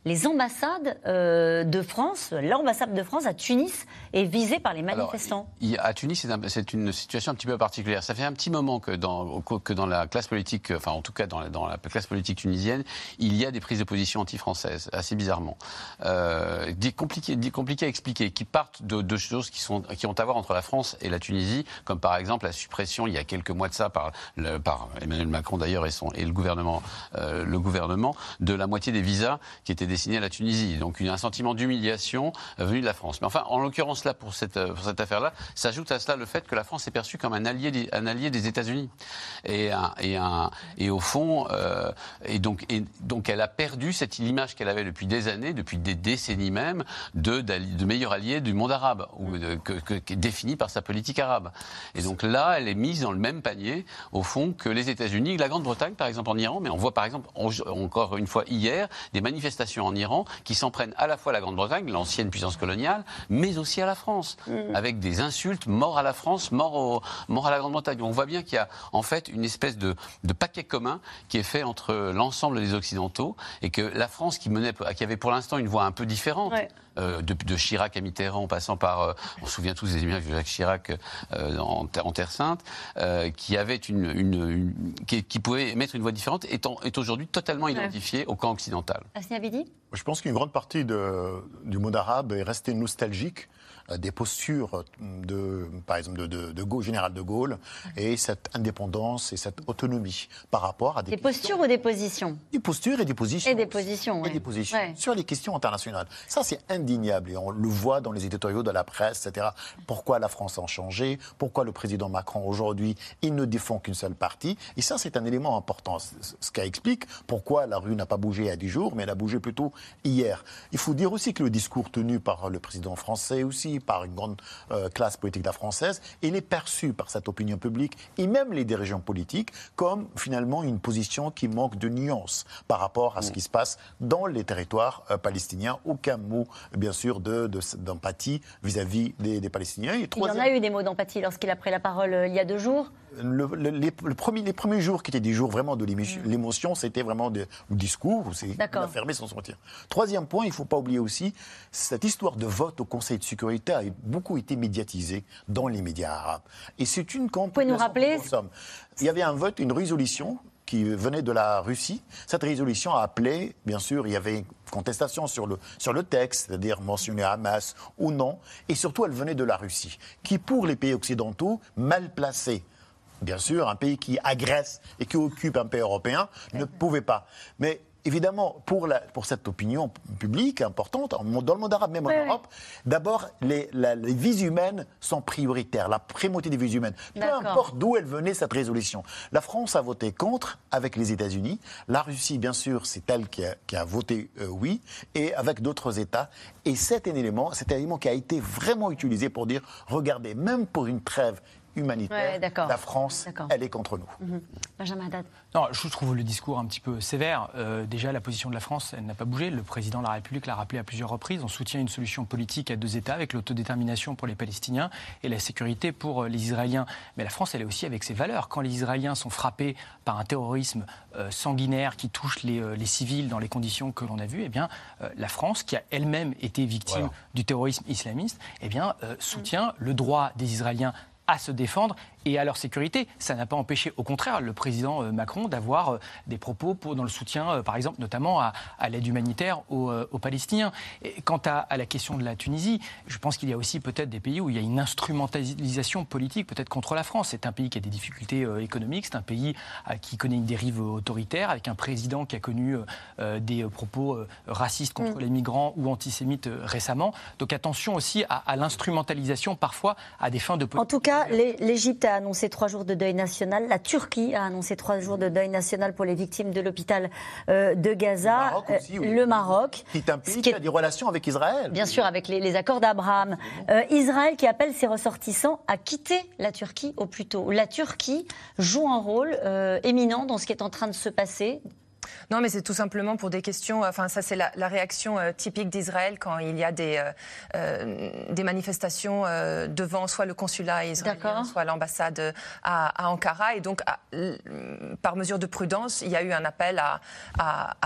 les ambassades euh, de France, l'ambassade de France à Tunis est visée par les manifestants. Alors, il, à Tunis, c'est, un, c'est une situation un petit peu particulière. Ça fait un petit moment que dans, que dans la classe politique, enfin en tout cas dans la, dans la classe politique tunisienne, il y a des prises de position anti-françaises, assez bizarrement. Euh, des compliquées, des compliquées à expliquer, qui partent de, de choses qui, sont, qui ont à voir entre la France et la Tunisie, comme par exemple la suppression, il y a quelques mois de ça, par, le, par Emmanuel Macron d'ailleurs et, son, et le, gouvernement, euh, le gouvernement, de la moitié des visas qui étaient destinés à la Tunisie. Donc un sentiment d'humiliation venu de la France. Mais enfin, en l'occurrence là, pour cette, pour cette affaire-là, s'ajoute à cela le fait que la France est perçue comme un allié des, un allié des États-Unis. Et, un, et, un, et au fond, euh, et donc, et donc elle a perdu cette image qu'elle avait depuis des années, depuis des décennies même, de, de meilleur allié du monde arabe, ou de, que, que, que, défini par sa politique arabe. Et donc là, elle est mise dans le même panier, au fond, que les États-Unis, la Grande-Bretagne, par exemple, en Iran. Mais on voit, par exemple, on, encore une fois hier, des manifestations en Iran qui s'en prennent à la fois à la Grande-Bretagne, l'ancienne puissance coloniale, mais aussi à la France, mmh. avec des insultes, mort à la France, mort, au, mort à la Grande-Bretagne. On voit bien qu'il y a en fait une espèce de, de paquet commun qui est fait entre l'ensemble des Occidentaux et que la France, qui, menait, qui avait pour l'instant une voix un peu différente, ouais. euh, de, de Chirac à Mitterrand, en passant par, euh, on se souvient tous des images de Jacques Chirac euh, en, en Terre Sainte, euh, qui avait une, une, une qui, qui pouvait émettre une voix différente, est, en, est aujourd'hui totalement identifiée ouais. au camp occidental. Asnia Abidi ? Je pense qu'une grande partie de, du monde arabe est restée nostalgique des postures, de, par exemple, de, de, de Gaulle, général de Gaulle, et cette indépendance et cette autonomie par rapport à des... Des postures ou des positions ? Des postures et des positions. Et des positions, oui. Et des positions ouais. sur les questions internationales. Ça, c'est indéniable, et on le voit dans les éditoriaux de la presse, et cetera. Pourquoi la France a changé ? Pourquoi le président Macron, aujourd'hui, il ne défend qu'une seule partie ? Et ça, c'est un élément important. Ce qui explique pourquoi la rue n'a pas bougé à dix jours, mais elle a bougé plutôt hier. Il faut dire aussi que le discours tenu par le président français aussi, par une grande euh, classe politique la française, il est perçu par cette opinion publique et même les dirigeants politiques comme finalement une position qui manque de nuance par rapport à ce qui se passe dans les territoires euh, palestiniens. Aucun mot, bien sûr, de, de, d'empathie vis-à-vis des, des Palestiniens. Et il y en a eu des mots d'empathie lorsqu'il a pris la parole euh, il y a deux jours. Le, le, les, le premier, les premiers jours qui étaient des jours vraiment de l'émotion, mmh. l'émotion c'était vraiment de, le discours, c'est, il a fermé son soutien. Troisième point, il ne faut pas oublier aussi, cette histoire de vote au Conseil de sécurité a beaucoup été médiatisée dans les médias arabes. Et c'est une Vous pouvez nous rappeler ? Il y avait un vote, une résolution qui venait de la Russie. Cette résolution a appelé, bien sûr, il y avait une contestation sur le, sur le texte, c'est-à-dire mentionner Hamas ou non, et surtout elle venait de la Russie, qui pour les pays occidentaux, mal placés, bien sûr, un pays qui agresse et qui occupe un pays européen, ne pouvait pas. Mais évidemment, pour, la, pour cette opinion publique importante, dans le monde arabe, même en oui, Europe, oui. d'abord, les, la, les vies humaines sont prioritaires, la primauté des vies humaines. Peu D'accord. importe d'où elle venait, cette résolution. La France a voté contre avec les États-Unis. La Russie, bien sûr, c'est elle qui a, qui a voté euh, oui, et avec d'autres États. Et c'est un élément, c'est un élément qui a été vraiment utilisé pour dire, regardez, même pour une trêve humanitaire, ouais, la France, d'accord. elle est contre nous. Mmh. Benjamin Haddad. Non, je trouve le discours un petit peu sévère. Euh, déjà, la position de la France, elle n'a pas bougé. Le président de la République l'a rappelé à plusieurs reprises. On soutient une solution politique à deux États avec l'autodétermination pour les Palestiniens et la sécurité pour les Israéliens. Mais la France, elle est aussi avec ses valeurs. Quand les Israéliens sont frappés par un terrorisme euh, sanguinaire qui touche les, euh, les civils dans les conditions que l'on a vues, eh bien, euh, la France, qui a elle-même été victime voilà. du terrorisme islamiste, eh bien, euh, soutient mmh. le droit des Israéliens à se défendre et à leur sécurité. Ça n'a pas empêché, au contraire, le président Macron d'avoir des propos pour, dans le soutien, par exemple, notamment à, à l'aide humanitaire aux, aux Palestiniens. Et quant à, à la question de la Tunisie, je pense qu'il y a aussi peut-être des pays où il y a une instrumentalisation politique, peut-être contre la France. C'est un pays qui a des difficultés euh, économiques, c'est un pays euh, qui connaît une dérive autoritaire, avec un président qui a connu euh, des propos euh, racistes contre mmh. les migrants ou antisémites euh, récemment. Donc attention aussi à, à l'instrumentalisation, parfois, à des fins de politique. En tout cas, l'Égypte a annoncé trois jours de deuil national. La Turquie a annoncé trois jours de deuil national pour les victimes de l'hôpital euh, de Gaza. Le Maroc aussi, oui. Le Maroc. Qui est un pays qui a des relations avec Israël. Bien sûr, avec les, les accords d'Abraham. Euh, Israël qui appelle ses ressortissants à quitter la Turquie au plus tôt. La Turquie joue un rôle euh, éminent dans ce qui est en train de se passer. Non, mais c'est tout simplement pour des questions. Enfin, ça, c'est la, la réaction euh, typique d'Israël quand il y a des, euh, euh, des manifestations euh, devant soit le consulat israélien, D'accord. soit l'ambassade à, à Ankara. Et donc, à, par mesure de prudence, il y a eu un appel à, à, à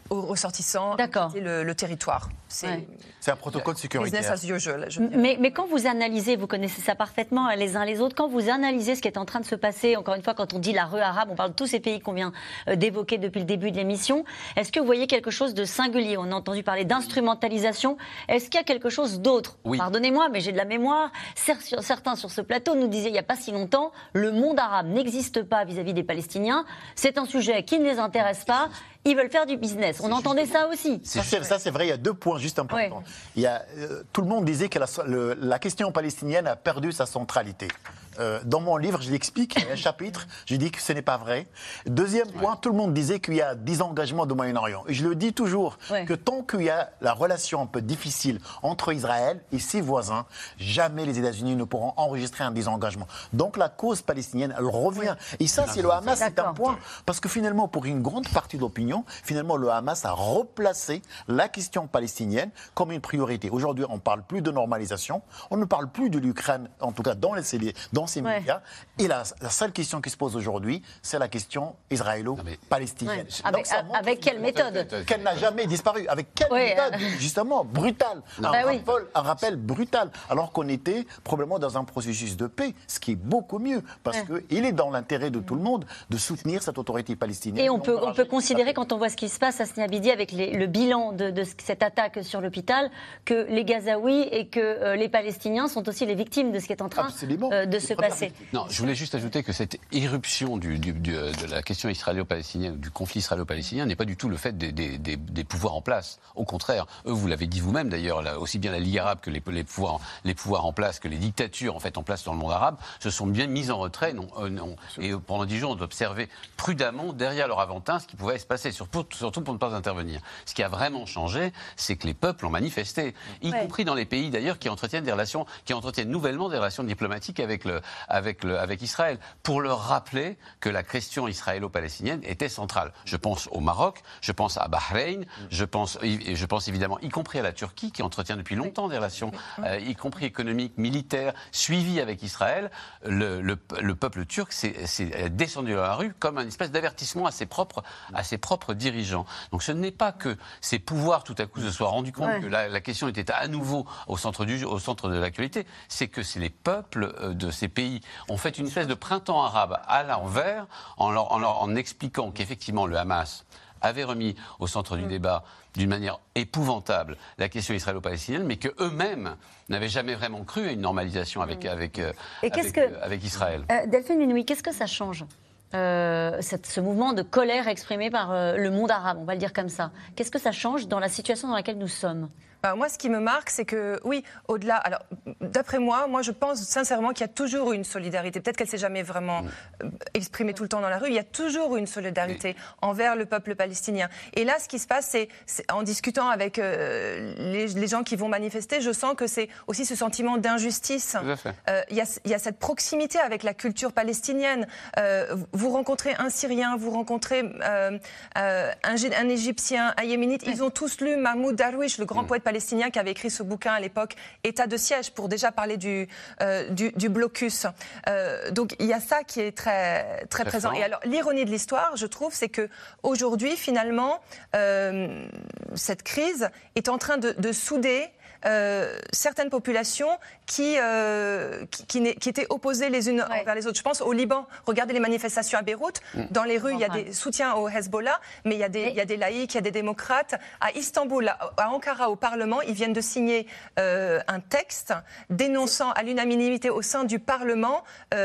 aux ressortissants quitter le, le territoire. C'est ouais. un protocole sécuritaire. Business as usual. Je mais, mais quand vous analysez, vous connaissez ça parfaitement les uns les autres, quand vous analysez ce qui est en train de se passer, encore une fois, quand on dit la rue arabe, on parle de tous ces pays qu'on vient d'évoquer depuis le début de l'émission, est-ce que vous voyez quelque chose de singulier? On a entendu parler d'instrumentalisation. Est-ce qu'il y a quelque chose d'autre? Oui. Pardonnez-moi, mais j'ai de la mémoire. Certains sur ce plateau nous disaient il n'y a pas si longtemps, le monde arabe n'existe pas vis-à-vis des Palestiniens. C'est un sujet qui ne les intéresse pas. Ils veulent faire du business. On entendait ça aussi. Ça, c'est, ça, c'est vrai. Il y a deux points juste importants. Ouais. Il y a, euh, tout le monde disait que la, le, la question palestinienne a perdu sa centralité. Euh, dans mon livre, je l'explique, il y a un chapitre, je dis que ce n'est pas vrai. Deuxième point, ouais. tout le monde disait qu'il y a des engagements au Moyen-Orient. Et je le dis toujours, ouais. que tant qu'il y a la relation un peu difficile entre Israël et ses voisins, jamais les États-Unis ne pourront enregistrer un désengagement. Donc la cause palestinienne, elle revient. Ouais. Et ça, c'est le Hamas, c'est un point. Parce que finalement, pour une grande partie de l'opinion, finalement, le Hamas a replacé la question palestinienne comme une priorité. Aujourd'hui, on ne parle plus de normalisation, on ne parle plus de l'Ukraine, en tout cas dans les dans ces ouais. médias. Et la, la seule question qui se pose aujourd'hui, c'est la question israélo-palestinienne. Ouais. Avec, avec quelle méthode? Qu'elle n'a jamais disparu. Avec quelle ouais. méthode? Justement, brutale. Un, bah rappel, oui. un rappel brutal. Alors qu'on était probablement dans un processus de paix, ce qui est beaucoup mieux, parce ouais. qu'il est dans l'intérêt de tout le monde de soutenir cette autorité palestinienne. Et on peut, on peut considérer, quand on voit ce qui se passe à Sni Abidi avec les, le bilan de, de cette attaque sur l'hôpital, que les Gazaouis et que euh, les Palestiniens sont aussi les victimes de ce qui est en train euh, de se passer. Non, je voulais juste ajouter que cette irruption du, du, du, de la question israélo-palestinienne, du conflit israélo-palestinien, n'est pas du tout le fait des, des, des, des pouvoirs en place. Au contraire, eux, vous l'avez dit vous-même d'ailleurs, là, aussi bien la Ligue arabe que les, les, pouvoirs, les pouvoirs en place, que les dictatures en fait en place dans le monde arabe, se sont bien mises en retrait. Non, euh, non. Et pendant dix jours, on doit observer prudemment derrière leur aventin ce qui pouvait se passer, surtout, surtout pour ne pas intervenir. Ce qui a vraiment changé, c'est que les peuples ont manifesté, y ouais. compris dans les pays d'ailleurs qui entretiennent des relations, qui entretiennent nouvellement des relations diplomatiques avec le, avec le, avec Israël, pour leur rappeler que la question israélo-palestinienne était centrale. Je pense au Maroc, je pense à Bahreïn, je pense, et je pense évidemment, y compris à la Turquie, qui entretient depuis longtemps des relations, euh, y compris économiques, militaires, suivies avec Israël. Le, le, le peuple turc s'est, s'est descendu dans la rue comme une espèce d'avertissement à ses propres, à ses propres dirigeants. Donc ce n'est pas que ces pouvoirs tout à coup se soient rendus compte ouais. que la, la question était à nouveau au centre, du, au centre de l'actualité, c'est que c'est les peuples de ces pays ont fait une espèce de printemps arabe à l'envers en, leur, en, leur, en expliquant qu'effectivement le Hamas avait remis au centre du débat d'une manière épouvantable la question israélo-palestinienne, mais qu'eux-mêmes n'avaient jamais vraiment cru à une normalisation avec, avec, euh, avec, que, euh, avec Israël. Euh, Delphine Menoui, qu'est-ce que ça change euh, cette, ce mouvement de colère exprimé par euh, le monde arabe, on va le dire comme ça? Qu'est-ce que ça change dans la situation dans laquelle nous sommes? Ben, moi, ce qui me marque, c'est que, oui, au-delà... Alors, d'après moi, moi, je pense sincèrement qu'il y a toujours eu une solidarité. Peut-être qu'elle ne s'est jamais vraiment mmh. exprimée tout le temps dans la rue. Il y a toujours eu une solidarité mmh. envers le peuple palestinien. Et là, ce qui se passe, c'est, c'est en discutant avec euh, les, les gens qui vont manifester, je sens que c'est aussi ce sentiment d'injustice. Euh, il y a, il y a cette proximité avec la culture palestinienne. Euh, vous rencontrez un Syrien, vous rencontrez euh, euh, un, un Égyptien, un Yéménite. Mmh. Ils ont tous lu Mahmoud Darwish, le grand mmh. poète palestinien, qui avait écrit ce bouquin à l'époque, État de siège, pour déjà parler du, euh, du, du blocus. Euh, donc il y a ça qui est très, très, très présent. Fort. Et alors l'ironie de l'histoire, je trouve, c'est qu'aujourd'hui, finalement, euh, cette crise est en train de, de souder Euh, certaines populations qui, euh, qui, qui, qui étaient opposées les unes ouais. envers les autres. Je pense au Liban. Regardez les manifestations à Beyrouth. Mmh. Dans les rues, il y a des soutiens au Hezbollah, mais il y a des, il y a des laïcs, il y a des démocrates. À Istanbul, à Ankara, au Parlement, ils viennent de signer euh, un texte dénonçant à l'unanimité au sein du Parlement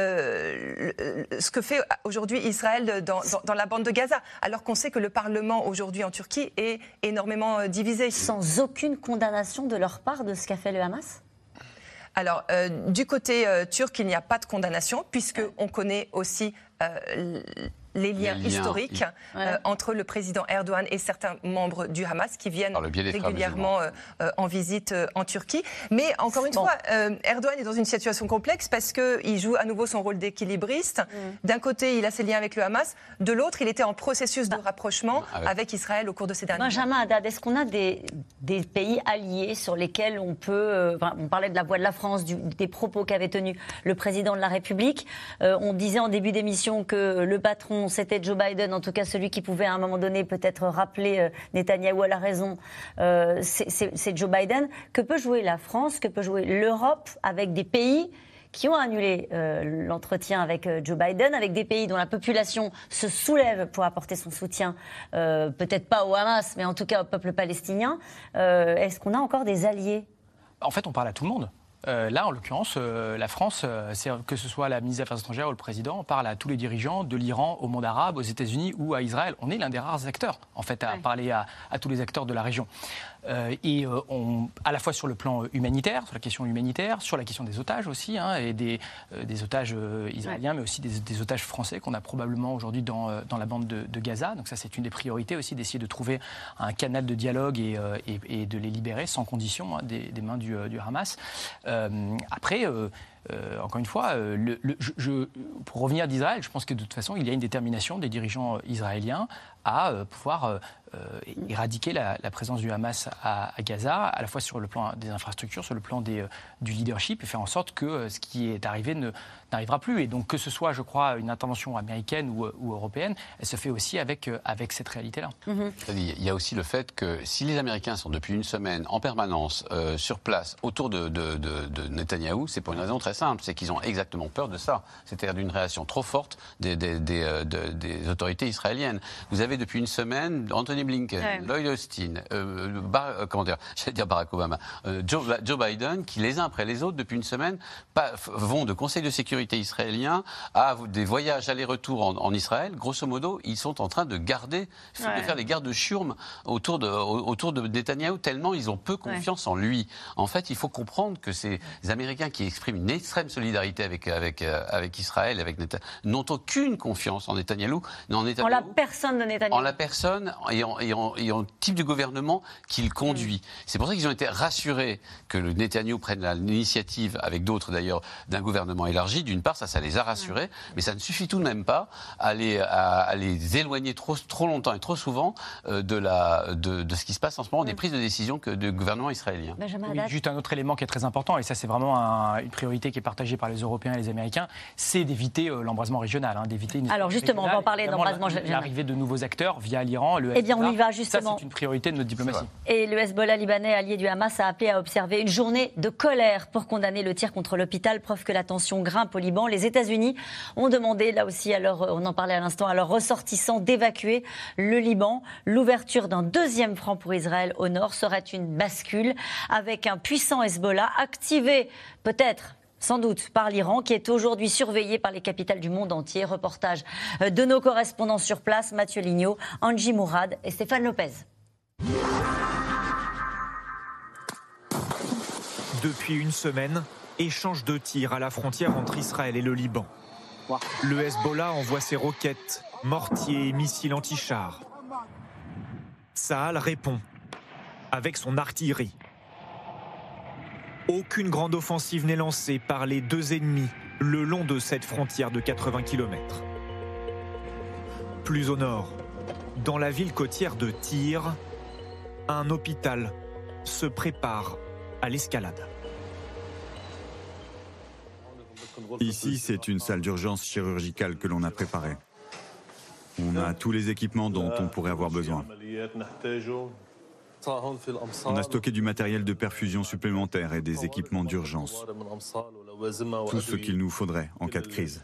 euh, ce que fait aujourd'hui Israël dans, dans, dans la bande de Gaza, alors qu'on sait que le Parlement aujourd'hui en Turquie est énormément divisé. Sans aucune condamnation de leur part de ce qu'a fait le Hamas ? Alors, euh, du côté euh, turc, il n'y a pas de condamnation, puisqu'on connaît aussi euh, les liens, les liens historiques ouais. euh, entre le président Erdogan et certains membres du Hamas qui viennent régulièrement euh, euh, en visite euh, en Turquie. Mais encore une bon. fois, euh, Erdogan est dans une situation complexe parce qu'il joue à nouveau son rôle d'équilibriste. Mm. D'un côté, il a ses liens avec le Hamas. De l'autre, il était en processus bah. de rapprochement avec... avec Israël au cours de ces derniers mois. Benjamin Haddad, est-ce qu'on a des, des pays alliés sur lesquels on peut... Euh, enfin, on parlait de la voix de la France, du, des propos qu'avait tenus le président de la République. Euh, on disait en début d'émission que le patron raison, c'était Joe Biden, en tout cas celui qui pouvait à un moment donné peut-être rappeler euh, Netanyahou à la raison, euh, c'est Joe Biden. Que peut jouer la France, que peut jouer l'Europe avec des pays qui ont annulé euh, l'entretien avec euh, Joe Biden, avec des pays dont la population se soulève pour apporter son soutien, euh, peut-être pas au Hamas, mais en tout cas au peuple palestinien. Euh, Est-ce qu'on a encore des alliés? En fait, on parle à tout le monde. Euh, là, en l'occurrence, euh, la France, euh, que ce soit la ministre des Affaires étrangères ou le président, on parle à tous les dirigeants de l'Iran au monde arabe, aux États-Unis ou à Israël. On est l'un des rares acteurs, en fait, à ouais. parler à, à tous les acteurs de la région. Euh, et euh, on, à la fois sur le plan humanitaire, sur la question humanitaire, sur la question des otages aussi, hein, et des, euh, des otages euh, israéliens, ouais. mais aussi des, des otages français qu'on a probablement aujourd'hui dans, euh, dans la bande de, de Gaza. Donc ça, c'est une des priorités aussi, d'essayer de trouver un canal de dialogue et, euh, et, et de les libérer sans condition hein, des, des mains du, du Hamas. Euh, après... Euh, Euh, encore une fois, euh, le, le, je, je, pour revenir d'Israël, je pense que de toute façon, il y a une détermination des dirigeants israéliens à euh, pouvoir euh, éradiquer la, la présence du Hamas à, à Gaza, à la fois sur le plan des infrastructures, sur le plan des, euh, du leadership, et faire en sorte que euh, ce qui est arrivé ne, n'arrivera plus. Et donc que ce soit, je crois, une intervention américaine ou, ou européenne, elle se fait aussi avec, euh, avec cette réalité-là. Mm-hmm. Il y a aussi le fait que si les Américains sont depuis une semaine en permanence euh, sur place autour de, de, de, de Netanyahou, c'est pour une raison très simple, c'est qu'ils ont exactement peur de ça, c'est-à-dire d'une réaction trop forte des, des, des, euh, de, des autorités israéliennes. Vous avez depuis une semaine Anthony Blinken, ouais. Lloyd Austin, euh, Bar, euh, comment dire, j'allais dire Barack Obama, euh, Joe, Joe Biden, qui les uns après les autres depuis une semaine pas, vont de conseil de sécurité israélien à des voyages aller-retour en, en Israël. Grosso modo, ils sont en train de garder, ouais. de faire les gardes de Schurm autour de, autour de Netanyahou, tellement ils ont peu confiance ouais. en lui. En fait, il faut comprendre que ces Américains qui expriment une extrême solidarité avec, avec, euh, avec Israël, avec Netanyahou, n'ont aucune confiance en Netanyahou. En, Netanyahou, en la personne de Netanyahou. En la personne et en, et en, et en type de gouvernement qu'il conduit. Mmh. C'est pour ça qu'ils ont été rassurés que le Netanyahou prenne l'initiative, avec d'autres d'ailleurs, d'un gouvernement élargi. D'une part, ça, ça les a rassurés, mmh. mais ça ne suffit tout de même pas à les, à, à les éloigner trop, trop longtemps et trop souvent euh, de, la, de, de ce qui se passe en ce moment, mmh. des prises de décision que du gouvernement israélien. Oui, juste un autre élément qui est très important, et ça c'est vraiment un, une priorité qui est partagée par les Européens et les Américains, c'est d'éviter euh, l'embrasement régional, hein, d'éviter une Alors justement, on va en parler d'embrasement régional. L'arrivée de nouveaux acteurs via l'Iran, le Hezbollah. Eh bien, on y va justement. Ça, c'est une priorité de notre diplomatie. Et le Hezbollah libanais, allié du Hamas, a appelé à observer une journée de colère pour condamner le tir contre l'hôpital, preuve que la tension grimpe au Liban. Les États-Unis ont demandé, là aussi, à leur, on en parlait à l'instant, à leurs ressortissants d'évacuer le Liban. L'ouverture d'un deuxième front pour Israël au nord serait une bascule, avec un puissant Hezbollah activé, peut-être, sans doute, par l'Iran, qui est aujourd'hui surveillé par les capitales du monde entier. Reportage de nos correspondants sur place, Mathieu Lignot, Angie Mourad et Stéphane Lopez. Depuis une semaine, échange de tirs à la frontière entre Israël et le Liban. Le Hezbollah envoie ses roquettes, mortiers et missiles anti-chars. Tsahal répond avec son artillerie. Aucune grande offensive n'est lancée par les deux ennemis le long de cette frontière de quatre-vingts kilomètres. Plus au nord, dans la ville côtière de Tyr, un hôpital se prépare à l'escalade. Ici, c'est une salle d'urgence chirurgicale que l'on a préparée. On a tous les équipements dont on pourrait avoir besoin. On a stocké du matériel de perfusion supplémentaire et des équipements d'urgence. Tout ce qu'il nous faudrait en cas de crise.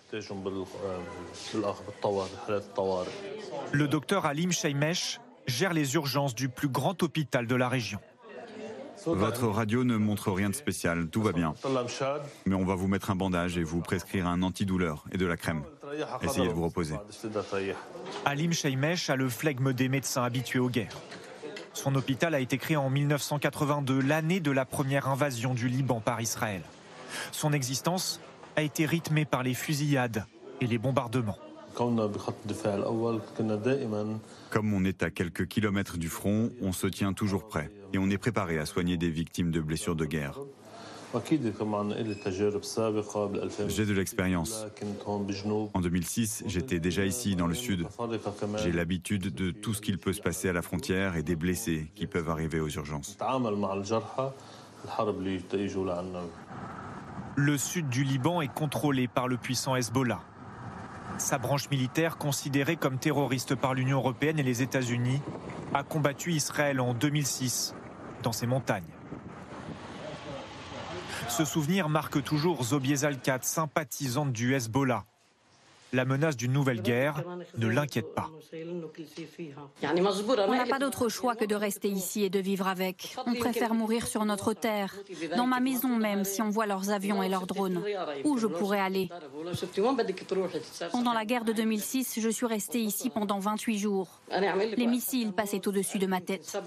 Le docteur Alim Shaimesh gère les urgences du plus grand hôpital de la région. Votre radio ne montre rien de spécial, tout va bien. Mais on va vous mettre un bandage et vous prescrire un antidouleur et de la crème. Essayez de vous reposer. Alim Shaimesh a le flegme des médecins habitués aux guerres. Son hôpital a été créé en mille neuf cent quatre-vingt-deux, l'année de la première invasion du Liban par Israël. Son existence a été rythmée par les fusillades et les bombardements. Comme on est à quelques kilomètres du front, on se tient toujours prêt et on est préparé à soigner des victimes de blessures de guerre. J'ai de l'expérience. En deux mille six, j'étais déjà ici dans le sud. J'ai l'habitude de tout ce qu'il peut se passer à la frontière et des blessés qui peuvent arriver aux urgences. Le sud du Liban est contrôlé par le puissant Hezbollah. Sa branche militaire, considérée comme terroriste par l'Union européenne et les États-Unis, a combattu Israël en deux mille six dans ces montagnes. Ce souvenir marque toujours Zobieh Zalkat, sympathisante du Hezbollah. La menace d'une nouvelle guerre ne l'inquiète pas. On n'a pas d'autre choix que de rester ici et de vivre avec. On préfère mourir sur notre terre, dans ma maison même, si on voit leurs avions et leurs drones. Où je pourrais aller? Pendant la guerre de deux mille six, je suis restée ici pendant vingt-huit jours. Les missiles passaient au-dessus de ma tête.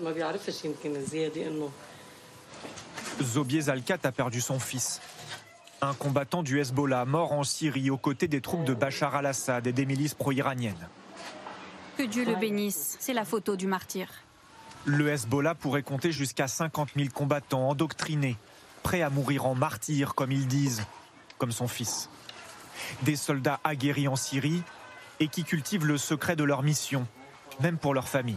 Zobieh Zalkat a perdu son fils. Un combattant du Hezbollah mort en Syrie aux côtés des troupes de Bachar al-Assad et des milices pro-iraniennes. Que Dieu le bénisse, c'est la photo du martyr. Le Hezbollah pourrait compter jusqu'à cinquante mille combattants endoctrinés, prêts à mourir en martyrs, comme ils disent, comme son fils. Des soldats aguerris en Syrie et qui cultivent le secret de leur mission, même pour leur famille.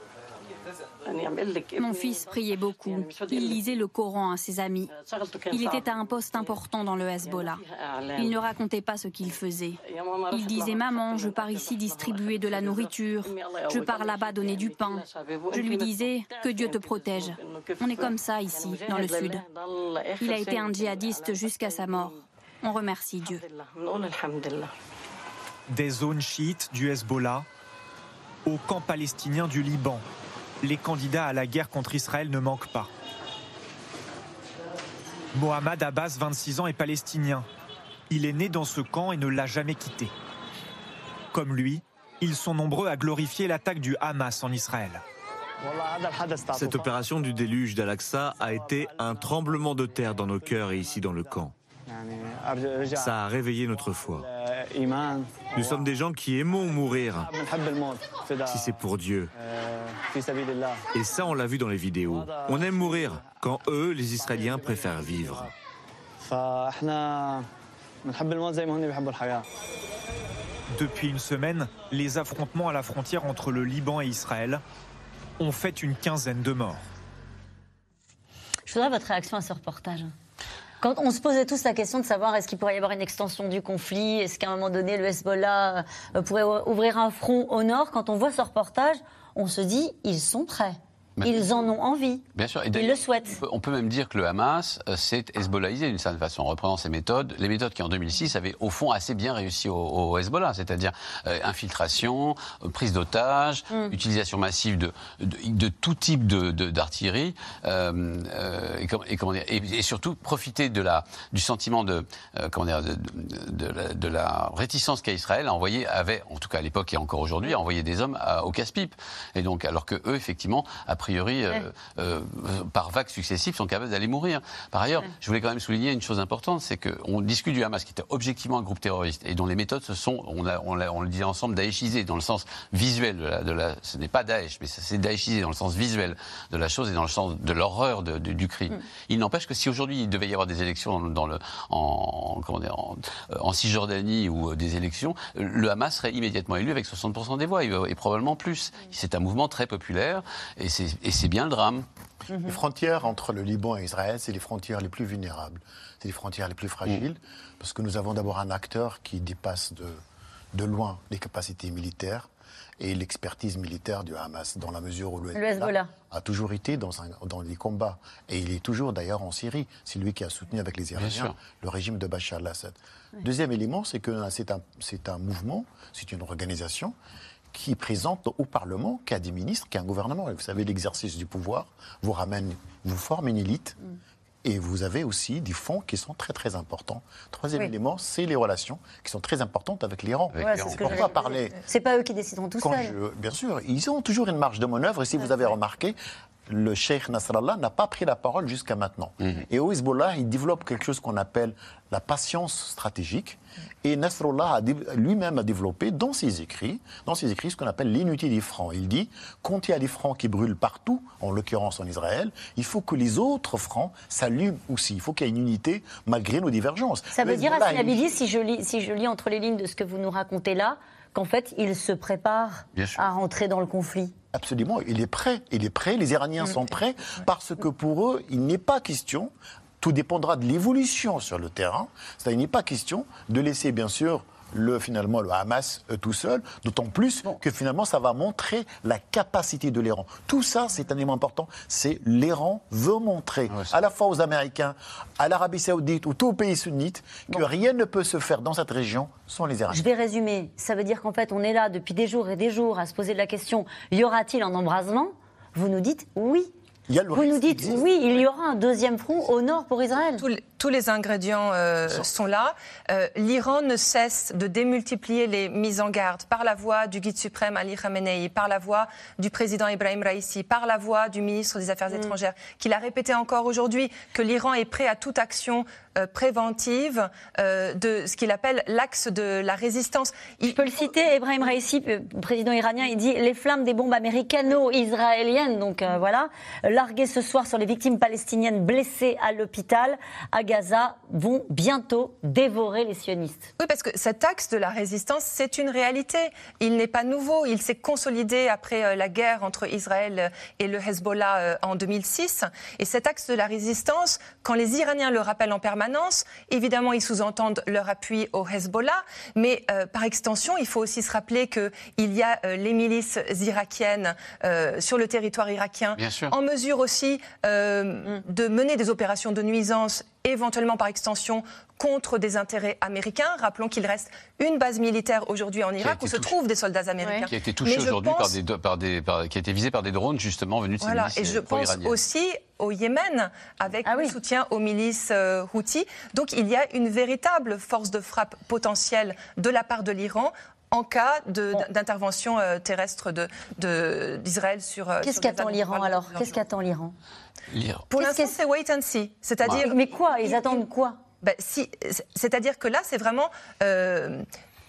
Mon fils priait beaucoup. Il lisait le Coran à ses amis. Il était à un poste important dans le Hezbollah. Il ne racontait pas ce qu'il faisait. Il disait « Maman, je pars ici distribuer de la nourriture. Je pars là-bas donner du pain. » Je lui disais « Que Dieu te protège. » On est comme ça ici, dans le sud. Il a été un djihadiste jusqu'à sa mort. On remercie Dieu. Des zones chiites du Hezbollah au camp palestinien du Liban. Les candidats à la guerre contre Israël ne manquent pas. Mohamed Abbas, vingt-six ans, est palestinien. Il est né dans ce camp et ne l'a jamais quitté. Comme lui, ils sont nombreux à glorifier l'attaque du Hamas en Israël. Cette opération du déluge d'Al-Aqsa a été un tremblement de terre dans nos cœurs et ici dans le camp. Ça a réveillé notre foi. Nous sommes des gens qui aimons mourir, si c'est pour Dieu. Et ça, on l'a vu dans les vidéos. On aime mourir, quand eux, les Israéliens, préfèrent vivre. Depuis une semaine, les affrontements à la frontière entre le Liban et Israël ont fait une quinzaine de morts. Je voudrais votre réaction à ce reportage. Quand on se posait tous la question de savoir est-ce qu'il pourrait y avoir une extension du conflit, est-ce qu'à un moment donné le Hezbollah pourrait ouvrir un front au nord, quand on voit ce reportage, on se dit ils sont prêts. Ils en ont envie. Bien sûr. Et ils le souhaitent. On peut, on peut même dire que le Hamas s'est hezbollahisé d'une certaine façon, en reprenant ses méthodes. Les méthodes qui, en deux mille six, avaient au fond assez bien réussi au, au Hezbollah, c'est-à-dire euh, infiltration, euh, prise d'otages, mm. utilisation massive de, de, de tout type de, de, d'artillerie, euh, euh, et, et, comment dire, et, et surtout profiter de la, du sentiment de, euh, comment dire, de, de, de, la, de la réticence qu'a Israël à envoyer, avait, en tout cas à l'époque et encore aujourd'hui, à envoyer des hommes à, au casse-pipe. Et donc, alors que eux, effectivement, a priori, Euh, euh, par vagues successives, sont capables d'aller mourir. Par ailleurs, je voulais quand même souligner une chose importante, c'est qu'on discute du Hamas, qui était objectivement un groupe terroriste, et dont les méthodes se sont, on, a, on, a, on le dit ensemble, daéchisées, dans le sens visuel de la... De la ce n'est pas Daesh, mais c'est daéchisé dans le sens visuel de la chose et dans le sens de l'horreur de, de, du crime. Mm. Il n'empêche que si aujourd'hui il devait y avoir des élections dans, dans le, en, comment dire, en, en Cisjordanie ou des élections, le Hamas serait immédiatement élu avec soixante pour cent des voix, et probablement plus. C'est un mouvement très populaire, et c'est Et c'est bien le drame. Les frontières entre le Liban et Israël, c'est les frontières les plus vulnérables, c'est les frontières les plus fragiles, mmh. parce que nous avons d'abord un acteur qui dépasse de, de loin les capacités militaires et l'expertise militaire du Hamas, dans la mesure où le Hezbollah a toujours été dans, un, dans les combats. Et il est toujours d'ailleurs en Syrie. C'est lui qui a soutenu avec les Iraniens le régime de Bachar al-Assad. Oui. Deuxième élément, c'est que c'est un, c'est un mouvement, c'est une organisation qui présente au Parlement, qui a des ministres, qui a un gouvernement. Et vous savez, l'exercice du pouvoir vous ramène, vous forme une élite, mm. et vous avez aussi des fonds qui sont très très importants. Troisième oui. élément, c'est les relations qui sont très importantes avec l'Iran. Ouais, c'est ce parler. C'est pas eux qui décideront tout seuls. Bien sûr, ils ont toujours une marge de manœuvre. Et si vous avez remarqué, le cheikh Nasrallah n'a pas pris la parole jusqu'à maintenant. Mm-hmm. Et au Hezbollah, il développe quelque chose qu'on appelle la patience stratégique. Et Nasrallah a lui-même a développé dans ses écrits, dans ses écrits ce qu'on appelle l'unité des francs. Il dit, quand il y a des francs qui brûlent partout, en l'occurrence en Israël, il faut que les autres francs s'allument aussi. Il faut qu'il y ait une unité malgré nos divergences. Ça veut dire, Hassan Abidi, si je lis, si je lis entre les lignes de ce que vous nous racontez là, qu'en fait, il se prépare à rentrer dans le conflit. Absolument, il est prêt, il est prêt, les Iraniens mmh. sont prêts, parce que pour eux, il n'est pas question, tout dépendra de l'évolution sur le terrain, c'est-à-dire il n'est pas question de laisser bien sûr le, finalement le Hamas euh, tout seul, d'autant plus bon. que finalement ça va montrer la capacité de l'Iran. Tout ça, c'est un élément important, c'est l'Iran veut montrer ouais, à la fois aux Américains, à l'Arabie Saoudite ou tous les pays sunnites que bon. rien ne peut se faire dans cette région sans les Iraniens. Je vais résumer, ça veut dire qu'en fait on est là depuis des jours et des jours à se poser la question, y aura-t-il un embrasement ? Vous nous dites oui. Vous nous dites, oui, il y aura un deuxième front au nord pour Israël. Tous les, tous les ingrédients euh, sont là. Euh, L'Iran ne cesse de démultiplier les mises en garde par la voix du guide suprême Ali Khamenei, par la voix du président Ibrahim Raïssi, par la voix du ministre des Affaires mmh. étrangères, qu'il a répété encore aujourd'hui que l'Iran est prêt à toute action euh, préventive euh, de ce qu'il appelle l'axe de la résistance. Il... Je peux le citer, Ibrahim Raïssi, président iranien, il dit « Les flammes des bombes américano-israéliennes », donc euh, voilà, larguées ce soir sur les victimes palestiniennes blessées à l'hôpital à Gaza vont bientôt dévorer les sionistes. Oui, parce que cet axe de la résistance, c'est une réalité. Il n'est pas nouveau. Il s'est consolidé après la guerre entre Israël et le Hezbollah en deux mille six. Et cet axe de la résistance, quand les Iraniens le rappellent en permanence, évidemment, ils sous-entendent leur appui au Hezbollah. Mais euh, par extension, il faut aussi se rappeler qu'il y a euh, les milices irakiennes euh, sur le territoire irakien, en mesure aussi euh, de mener des opérations de nuisance, éventuellement par extension contre des intérêts américains. Rappelons qu'il reste une base militaire aujourd'hui en Irak où se trouvent des soldats américains. Qui a été touchée aujourd'hui pense... par des, par des, par, qui a été visée par des drones justement venus de ces voilà. milices. Et je pense iraniennes. aussi au Yémen avec ah le oui. soutien aux milices euh, Houthis. Donc il y a une véritable force de frappe potentielle de la part de l'Iran en cas de, bon. d'intervention euh, terrestre de, de, d'Israël sur... Euh, Qu'est-ce qu'attend l'Iran alors Qu'est-ce qu'attend l'Iran Pour l'instant, c'est wait and see. C'est-à-dire... Ouais. Mais quoi Ils attendent quoi ben, si, c'est-à-dire que là, c'est vraiment... Euh,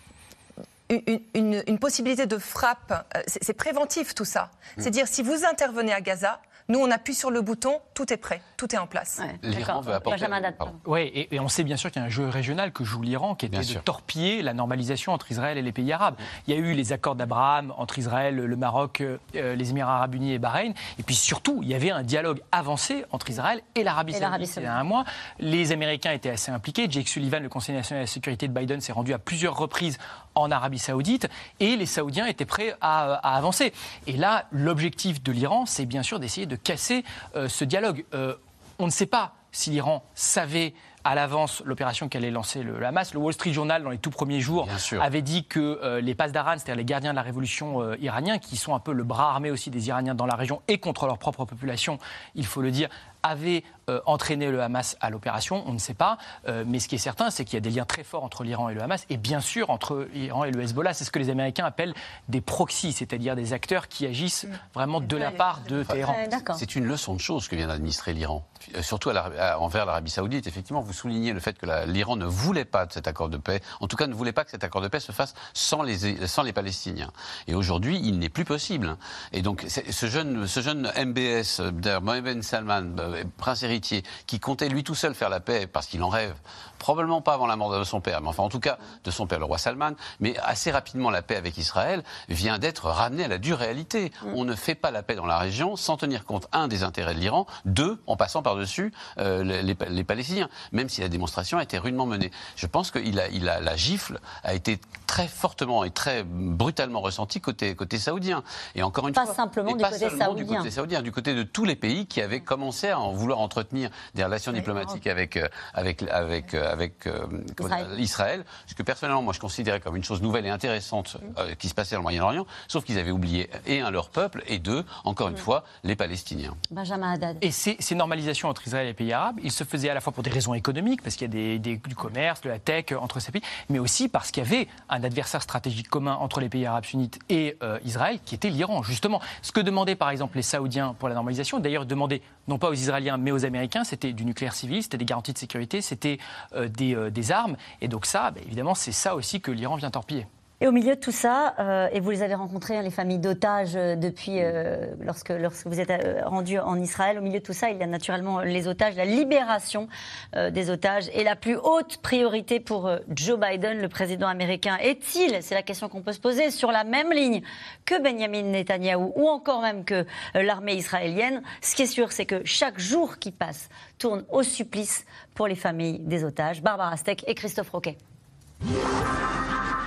Une, une, une possibilité de frappe, c'est, c'est préventif tout ça. Mmh. C'est-à-dire, si vous intervenez à Gaza, nous, on appuie sur le bouton, tout est prêt, tout est en place. Ouais, L'Iran veut apporter... Oui, et, et on sait bien sûr qu'il y a un jeu régional que joue l'Iran, qui était bien de sûr. torpiller la normalisation entre Israël et les pays arabes. Il y a eu les accords d'Abraham entre Israël, le Maroc, euh, les Émirats arabes unis et Bahreïn. Et puis surtout, il y avait un dialogue avancé entre Israël et l'Arabie saoudite. Il y a un mois, les Américains étaient assez impliqués. Jake Sullivan, le conseiller national de la sécurité de Biden, s'est rendu à plusieurs reprises en Arabie saoudite. Et les Saoudiens étaient prêts à, à avancer. Et là, l'objectif de l'Iran, c'est bien sûr d'essayer de casser euh, ce dialogue. Euh, on ne sait pas si l'Iran savait à l'avance l'opération qu'allait lancer le, le Hamas. Le Wall Street Journal, dans les tout premiers jours, avait dit que euh, les Pasdaran, c'est-à-dire les gardiens de la révolution euh, iraniens, qui sont un peu le bras armé aussi des Iraniens dans la région et contre leur propre population, il faut le dire, avaient euh, entraîné le Hamas à l'opération. On ne sait pas. Euh, mais ce qui est certain, c'est qu'il y a des liens très forts entre l'Iran et le Hamas, et bien sûr entre l'Iran et le Hezbollah. C'est ce que les Américains appellent des proxys, c'est-à-dire des acteurs qui agissent vraiment de la part de Téhéran. Euh, c'est une leçon de choses que vient d'administrer l'Iran, surtout à la, à, envers l'Arabie Saoudite. Effectivement, vous soulignez le fait que la, l'Iran ne voulait pas de cet accord de paix, en tout cas ne voulait pas que cet accord de paix se fasse sans les, sans les Palestiniens. Et aujourd'hui, il n'est plus possible. Et donc, ce jeune, ce jeune M B S, Mohammed Ben Salman, prince héritier, qui comptait lui tout seul faire la paix parce qu'il en rêve, probablement pas avant la mort de son père, mais enfin en tout cas de son père, le roi Salman, mais assez rapidement la paix avec Israël vient d'être ramenée à la dure réalité. Mm. On ne fait pas la paix dans la région sans tenir compte, un, des intérêts de l'Iran, deux, en passant par-dessus euh, les, les, les Palestiniens, même si la démonstration a été rudement menée. Je pense que il a, il a, la gifle a été très fortement et très brutalement ressentie côté, côté saoudien. Et encore une pas fois, simplement, du, pas côté simplement saoudien. du côté saoudien, du côté de tous les pays qui avaient commencé à en vouloir entretenir des relations oui, diplomatiques avec, avec, avec, avec euh, Israël. Israël. Ce que personnellement, moi, je considérais comme une chose nouvelle et intéressante mm. euh, qui se passait dans le Moyen-Orient, sauf qu'ils avaient oublié, et un, leur peuple, et deux, encore une mm. fois, les Palestiniens. Benjamin Haddad. Et ces, ces normalisations entre Israël et les pays arabes, ils se faisaient à la fois pour des raisons économiques, parce qu'il y a des, des, du commerce, de la tech entre ces pays, mais aussi parce qu'il y avait un adversaire stratégique commun entre les pays arabes sunnites et euh, Israël, qui était l'Iran, justement. Ce que demandaient, par exemple, les Saoudiens pour la normalisation, d'ailleurs, demandaient non pas aux Israéliens, mais aux Américains, c'était du nucléaire civil, c'était des garanties de sécurité, c'était euh, des, euh, des armes. Et donc ça, bah, évidemment, c'est ça aussi que l'Iran vient torpiller. Et au milieu de tout ça, euh, et vous les avez rencontrés, hein, les familles d'otages, euh, depuis euh, lorsque, lorsque vous êtes euh, rendus en Israël, au milieu de tout ça, il y a naturellement les otages, la libération euh, des otages. Et la plus haute priorité pour euh, Joe Biden, le président américain, est-il, c'est la question qu'on peut se poser, sur la même ligne que Benjamin Netanyahou ou encore même que euh, l'armée israélienne? Ce qui est sûr, c'est que chaque jour qui passe tourne au supplice pour les familles des otages. Barbara Steck et Christophe Roquet.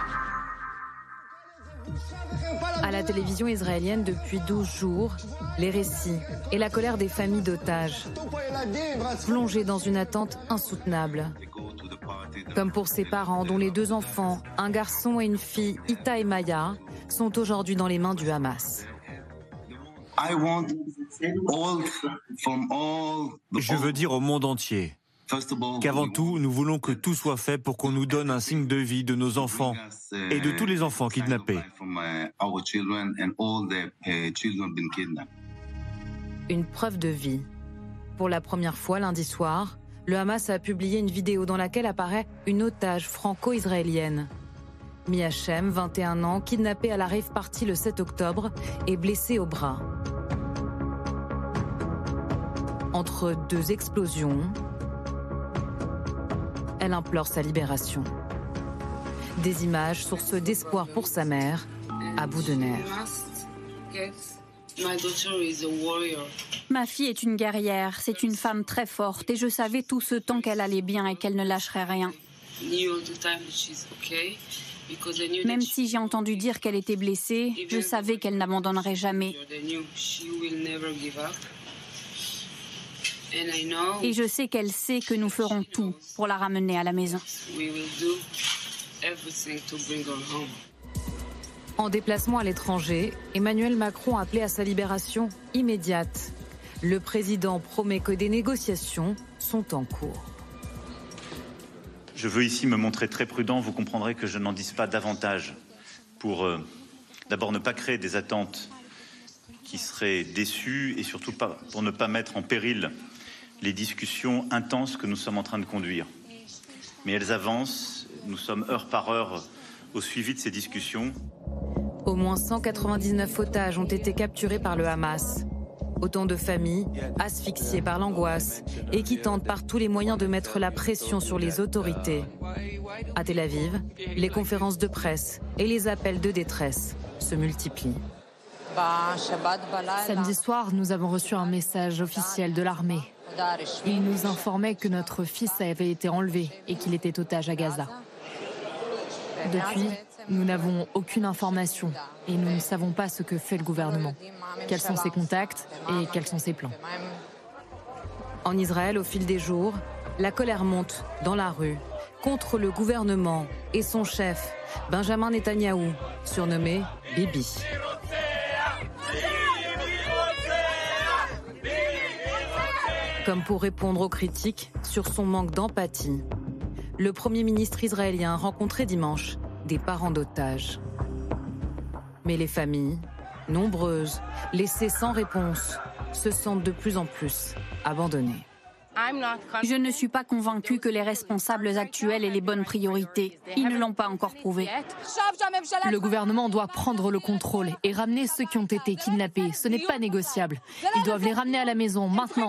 À la télévision israélienne depuis douze jours, les récits et la colère des familles d'otages, plongées dans une attente insoutenable. Comme pour ses parents, dont les deux enfants, un garçon et une fille, Ita et Maya, sont aujourd'hui dans les mains du Hamas. Je veux dire au monde entier qu'avant tout, nous voulons que tout soit fait pour qu'on nous donne un signe de vie de nos enfants et de tous les enfants kidnappés. Une preuve de vie. Pour la première fois lundi soir, le Hamas a publié une vidéo dans laquelle apparaît une otage franco-israélienne. Mia Shem, vingt et un ans, kidnappée à la rave party le sept octobre et blessée au bras. Entre deux explosions, elle implore sa libération. Des images source d'espoir pour sa mère, à bout de nerfs. Ma fille est une guerrière, c'est une femme très forte et je savais tout ce temps qu'elle allait bien et qu'elle ne lâcherait rien. Même si j'ai entendu dire qu'elle était blessée, je savais qu'elle n'abandonnerait jamais. Et je sais qu'elle sait que nous ferons tout pour la ramener à la maison. En déplacement à l'étranger, Emmanuel Macron a appelé à sa libération immédiate. Le président promet que des négociations sont en cours. Je veux ici me montrer très prudent. Vous comprendrez que je n'en dise pas davantage pour euh, d'abord ne pas créer des attentes qui seraient déçues et surtout pas, pour ne pas mettre en péril les discussions intenses que nous sommes en train de conduire. Mais elles avancent, nous sommes heure par heure au suivi de ces discussions. Au moins cent quatre-vingt-dix-neuf otages ont été capturés par le Hamas. Autant de familles asphyxiées par l'angoisse et qui tentent par tous les moyens de mettre la pression sur les autorités. À Tel Aviv, les conférences de presse et les appels de détresse se multiplient. Samedi soir, nous avons reçu un message officiel de l'armée. Il nous informait que notre fils avait été enlevé et qu'il était otage à Gaza. Depuis, nous n'avons aucune information et nous ne savons pas ce que fait le gouvernement, quels sont ses contacts et quels sont ses plans. En Israël, au fil des jours, la colère monte dans la rue contre le gouvernement et son chef, Benjamin Netanyahou, surnommé Bibi. Comme pour répondre aux critiques sur son manque d'empathie, le Premier ministre israélien rencontrait dimanche des parents d'otages. Mais les familles, nombreuses, laissées sans réponse, se sentent de plus en plus abandonnées. Je ne suis pas convaincue que les responsables actuels aient les bonnes priorités. Ils ne l'ont pas encore prouvé. Le gouvernement doit prendre le contrôle et ramener ceux qui ont été kidnappés. Ce n'est pas négociable. Ils doivent les ramener à la maison, maintenant.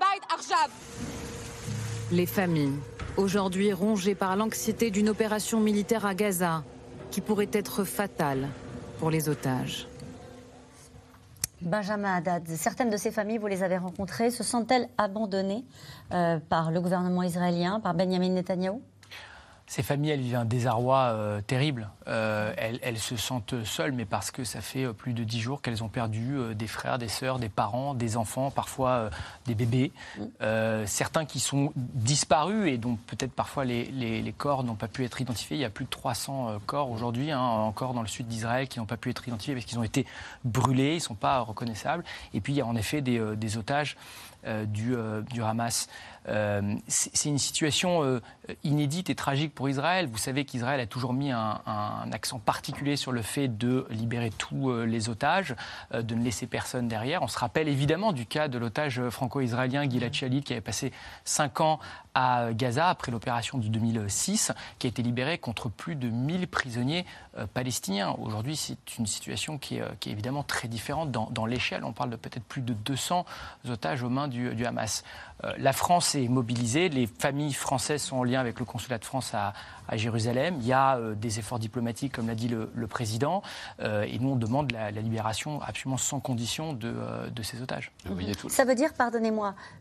Les familles, aujourd'hui rongées par l'anxiété d'une opération militaire à Gaza, qui pourrait être fatale pour les otages. Benjamin Haddad, certaines de ces familles, vous les avez rencontrées, se sentent-elles abandonnées euh, par le gouvernement israélien, par Benjamin Netanyahou ? Ces familles, elles vivent un désarroi euh, terrible. Euh, elles, elles se sentent seules, mais parce que ça fait plus de dix jours qu'elles ont perdu euh, des frères, des sœurs, des parents, des enfants, parfois euh, des bébés. Euh, certains qui sont disparus et dont peut-être parfois les, les, les corps n'ont pas pu être identifiés. Il y a plus de trois cents euh, corps aujourd'hui, hein, encore dans le sud d'Israël, qui n'ont pas pu être identifiés parce qu'ils ont été brûlés, ils ne sont pas reconnaissables. Et puis il y a en effet des, euh, des otages euh, du, euh, du Hamas. Euh, c'est une situation euh, inédite et tragique pour Israël. Vous savez qu'Israël a toujours mis un, un accent particulier sur le fait de libérer tous euh, les otages, euh, de ne laisser personne derrière. On se rappelle évidemment du cas de l'otage franco-israélien Gilad Shalit qui avait passé cinq ans à Gaza après l'opération de deux mille six, qui a été libéré contre plus de mille prisonniers euh, palestiniens. Aujourd'hui, c'est une situation qui est, euh, qui est évidemment très différente dans, dans l'échelle. On parle de peut-être plus de deux cents otages aux mains du, du Hamas. Euh, la France est mobilisée, les familles françaises sont en lien avec le consulat de France à, à Jérusalem. Il y a euh, des efforts diplomatiques, comme l'a dit le, le président, euh, et nous on demande la, la libération absolument sans condition de, euh, de ces otages. Ça veut dire, pardonnez-moi,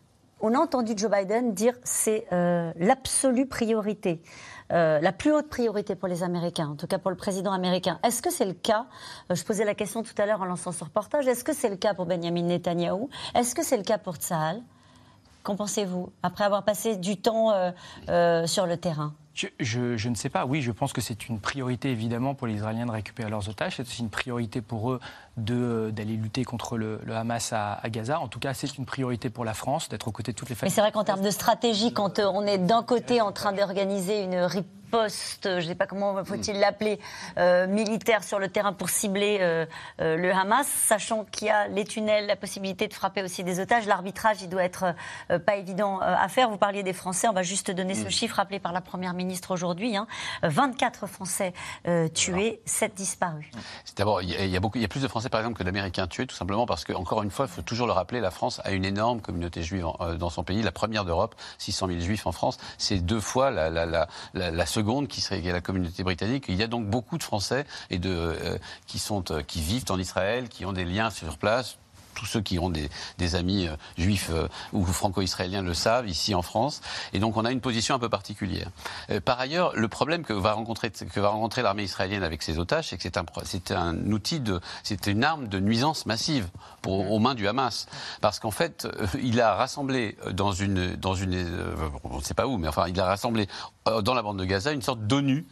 on a entendu Joe Biden dire c'est euh, l'absolue priorité. Euh, la plus haute priorité pour les Américains, en tout cas pour le président américain. Est-ce que c'est le cas, euh, je posais la question tout à l'heure en lançant ce reportage, est-ce que c'est le cas pour Benjamin Netanyahou? Est-ce que c'est le cas pour Tsahal? Qu'en pensez-vous, après avoir passé du temps euh, euh, sur le terrain? Je, je, je ne sais pas. Oui, je pense que c'est une priorité, évidemment, pour les Israéliens de récupérer leurs otages. C'est aussi une priorité pour eux de, d'aller lutter contre le, le Hamas à, à Gaza. En tout cas, c'est une priorité pour la France d'être aux côtés de toutes les familles. Mais c'est vrai qu'en termes de stratégie, quand on est d'un côté en train d'organiser une riposte, je ne sais pas comment faut-il l'appeler, euh, militaire sur le terrain pour cibler euh, euh, le Hamas, sachant qu'il y a les tunnels, la possibilité de frapper aussi des otages, l'arbitrage, il doit être euh, pas évident euh, à faire. Vous parliez des Français, on va juste donner ce chiffre rappelé par la Première ministre aujourd'hui. Hein. vingt-quatre Français euh, tués, sept disparus. C'est d'abord, il y, y, a beaucoup, il y a plus de Français par exemple que d'Américains tués, tout simplement parce que, encore une fois, il faut toujours le rappeler, la France a une énorme communauté juive en, euh, dans son pays, la première d'Europe, six cent mille juifs en France, c'est deux fois la, la, la, la, la seconde qui serait la communauté britannique. Il y a donc beaucoup de Français et de, euh, qui, sont, euh, qui vivent en Israël, qui ont des liens sur place. Tous ceux qui ont des, des amis euh, juifs euh, ou franco-israéliens le savent, ici en France. Et donc on a une position un peu particulière. Euh, par ailleurs, le problème que va rencontrer, que va rencontrer l'armée israélienne avec ses otages, c'est que c'est un, c'est un outil, de, c'est une arme de nuisance massive pour, aux mains du Hamas. Parce qu'en fait, euh, il a rassemblé dans une... Dans une euh, on ne sait pas où, mais enfin, il a rassemblé euh, dans la bande de Gaza une sorte d'ONU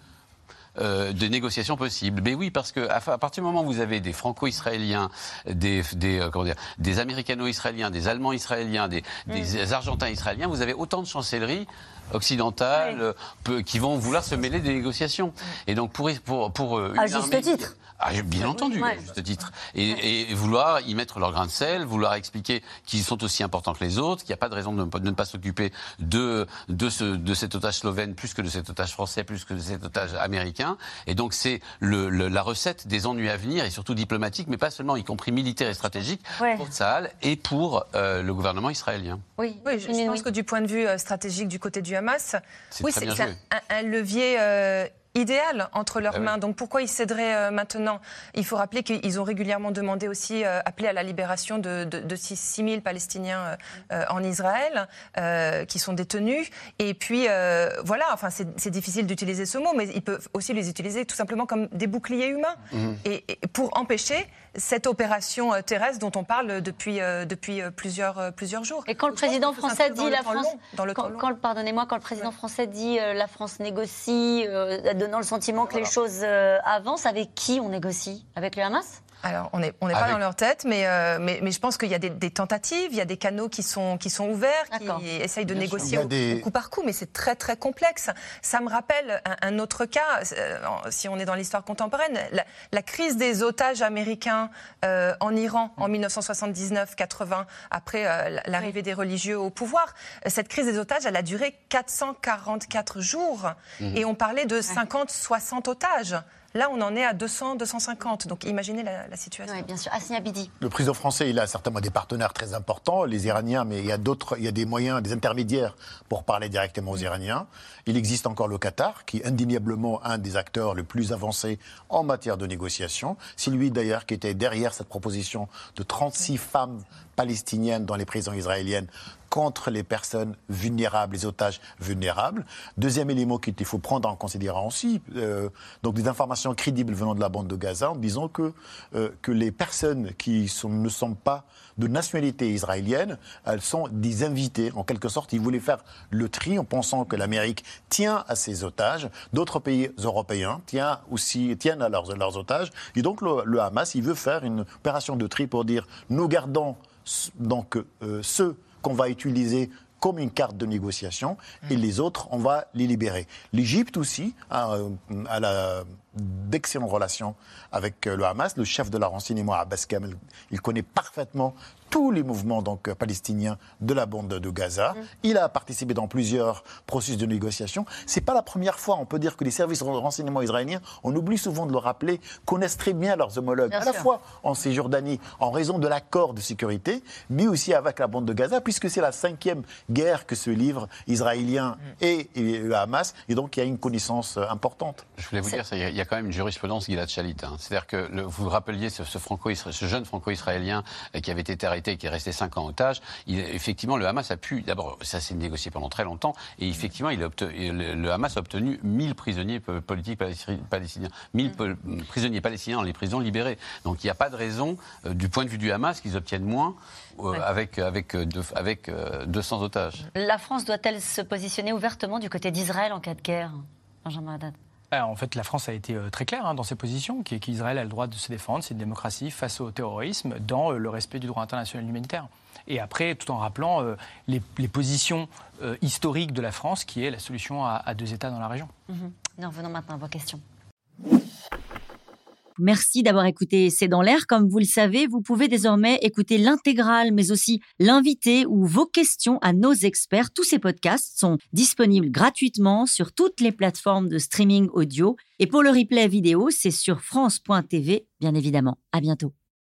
Euh, de négociations possibles. Mais oui, parce que à, à partir du moment où vous avez des franco-israéliens, des, des, euh, comment dire, des américano-israéliens, des allemands israéliens, des, mm. des argentins israéliens, vous avez autant de chancelleries occidentales oui. euh, peu, qui vont vouloir se mêler des négociations. Mm. Et donc pour, pour, pour euh, une à juste armée, titre. Ah, bien entendu, ouais. à juste titre. Et, et vouloir y mettre leur grain de sel, vouloir expliquer qu'ils sont aussi importants que les autres, qu'il n'y a pas de raison de ne pas, de ne pas s'occuper de, de, ce, de cet otage slovène plus que de cet otage français, plus que de cet otage américain. Et donc c'est le, le, la recette des ennuis à venir, et surtout diplomatiques, mais pas seulement, y compris militaires et stratégiques, ouais. pour Tsahal et pour euh, le gouvernement israélien. Oui, oui je, je pense que du point de vue stratégique du côté du Hamas, c'est, oui, c'est un, un levier... Euh, idéal entre leurs ah mains. oui. Donc pourquoi ils céderaient euh, maintenant? Il faut rappeler qu'ils ont régulièrement demandé aussi, euh, appelé à la libération de, de, de six mille Palestiniens euh, en Israël euh, qui sont détenus. Et puis euh, voilà, enfin c'est, c'est difficile d'utiliser ce mot, mais ils peuvent aussi les utiliser tout simplement comme des boucliers humains. Mmh. Et, et pour empêcher cette opération terrestre dont on parle depuis, euh, depuis plusieurs, euh, plusieurs jours. Et quand le président français dit la France, long, quand, quand, pardonnez-moi, quand le président ouais. français dit euh, la France négocie, euh, donnant le sentiment que voilà. les choses euh, avancent, avec qui on négocie? Avec le Hamas? Alors, on n'est on n'est pas dans leur tête, mais, euh, mais, mais je pense qu'il y a des, des tentatives, il y a des canaux qui sont, qui sont ouverts, D'accord. qui essayent de Bien négocier au, des... au coup par coup, mais c'est très, très complexe. Ça me rappelle un, un autre cas, euh, si on est dans l'histoire contemporaine, la, la crise des otages américains euh, en Iran en dix-neuf cent soixante-dix-neuf quatre-vingt, après euh, l'arrivée oui. des religieux au pouvoir. Cette crise des otages, elle a duré quatre cent quarante-quatre jours, mmh. et on parlait de cinquante à soixante otages. Là, on en est à deux cents, deux cent cinquante. Donc, imaginez la, la situation. Oui, bien sûr. Hassan Abidi. Le président français, il a certainement des partenaires très importants, les Iraniens, mais il y a d'autres, il y a des moyens, des intermédiaires pour parler directement aux Iraniens. Il existe encore le Qatar, qui est indéniablement un des acteurs les plus avancés en matière de négociation. C'est lui, d'ailleurs, qui était derrière cette proposition de trente-six femmes palestiniennes dans les prisons israéliennes contre les personnes vulnérables, les otages vulnérables. Deuxième élément qu'il faut prendre en considération aussi, euh, donc des informations crédibles venant de la bande de Gaza, en disant que, euh, que les personnes qui sont, ne sont pas de nationalité israélienne, elles sont des invités. En quelque sorte, ils voulaient faire le tri en pensant que l'Amérique tient à ses otages, d'autres pays européens tiennent aussi tiennent à leurs, leurs otages. Et donc le, le Hamas, il veut faire une opération de tri pour dire nous gardons donc euh, ceux qu'on va utiliser comme une carte de négociation, et les autres, on va les libérer. L'Égypte aussi a, a la, d'excellentes relations avec le Hamas. Le chef de la renseignement, Abbas Kamel, il connaît parfaitement tous les mouvements donc, palestiniens de la bande de Gaza. Mmh. Il a participé dans plusieurs processus de négociation. Ce n'est pas la première fois, on peut dire que les services de renseignement israéliens, on oublie souvent de le rappeler, connaissent très bien leurs homologues, bien à sûr. La fois en Cisjordanie, en raison de l'accord de sécurité, mais aussi avec la bande de Gaza, puisque c'est la cinquième guerre que se livrent Israéliens mmh. et, et le Hamas, et donc il y a une connaissance importante. Je voulais vous c'est... dire, ça, il y a quand même une jurisprudence Gilad Shalit. Hein. C'est-à-dire que le, vous vous rappeliez ce, ce, franco, ce jeune franco-israélien qui avait été arrêté arrêté, qui est resté cinq ans otage, il, effectivement, le Hamas a pu... D'abord, ça s'est négocié pendant très longtemps, et effectivement, il a obtenu, le, le Hamas a obtenu mille prisonniers politiques palestiniens, mille mmh. prisonniers palestiniens dans les prisons libérés. Donc il n'y a pas de raison, euh, du point de vue du Hamas, qu'ils obtiennent moins euh, ouais. avec, avec, euh, deux, avec euh, deux cents otages. La France doit-elle se positionner ouvertement du côté d'Israël en cas de guerre, Benjamin Haddad ? En fait, la France a été très claire hein, dans ses positions, qu'Israël a le droit de se défendre, c'est une démocratie face au terrorisme, dans le respect du droit international humanitaire. Et après, tout en rappelant euh, les, les positions euh, historiques de la France, qui est la solution à, à deux États dans la région. Mmh. Nous revenons maintenant à vos questions. Merci d'avoir écouté C'est dans l'air. Comme vous le savez, vous pouvez désormais écouter l'intégrale, mais aussi l'invité ou vos questions à nos experts. Tous ces podcasts sont disponibles gratuitement sur toutes les plateformes de streaming audio. Et pour le replay vidéo, c'est sur France point T V, bien évidemment. À bientôt.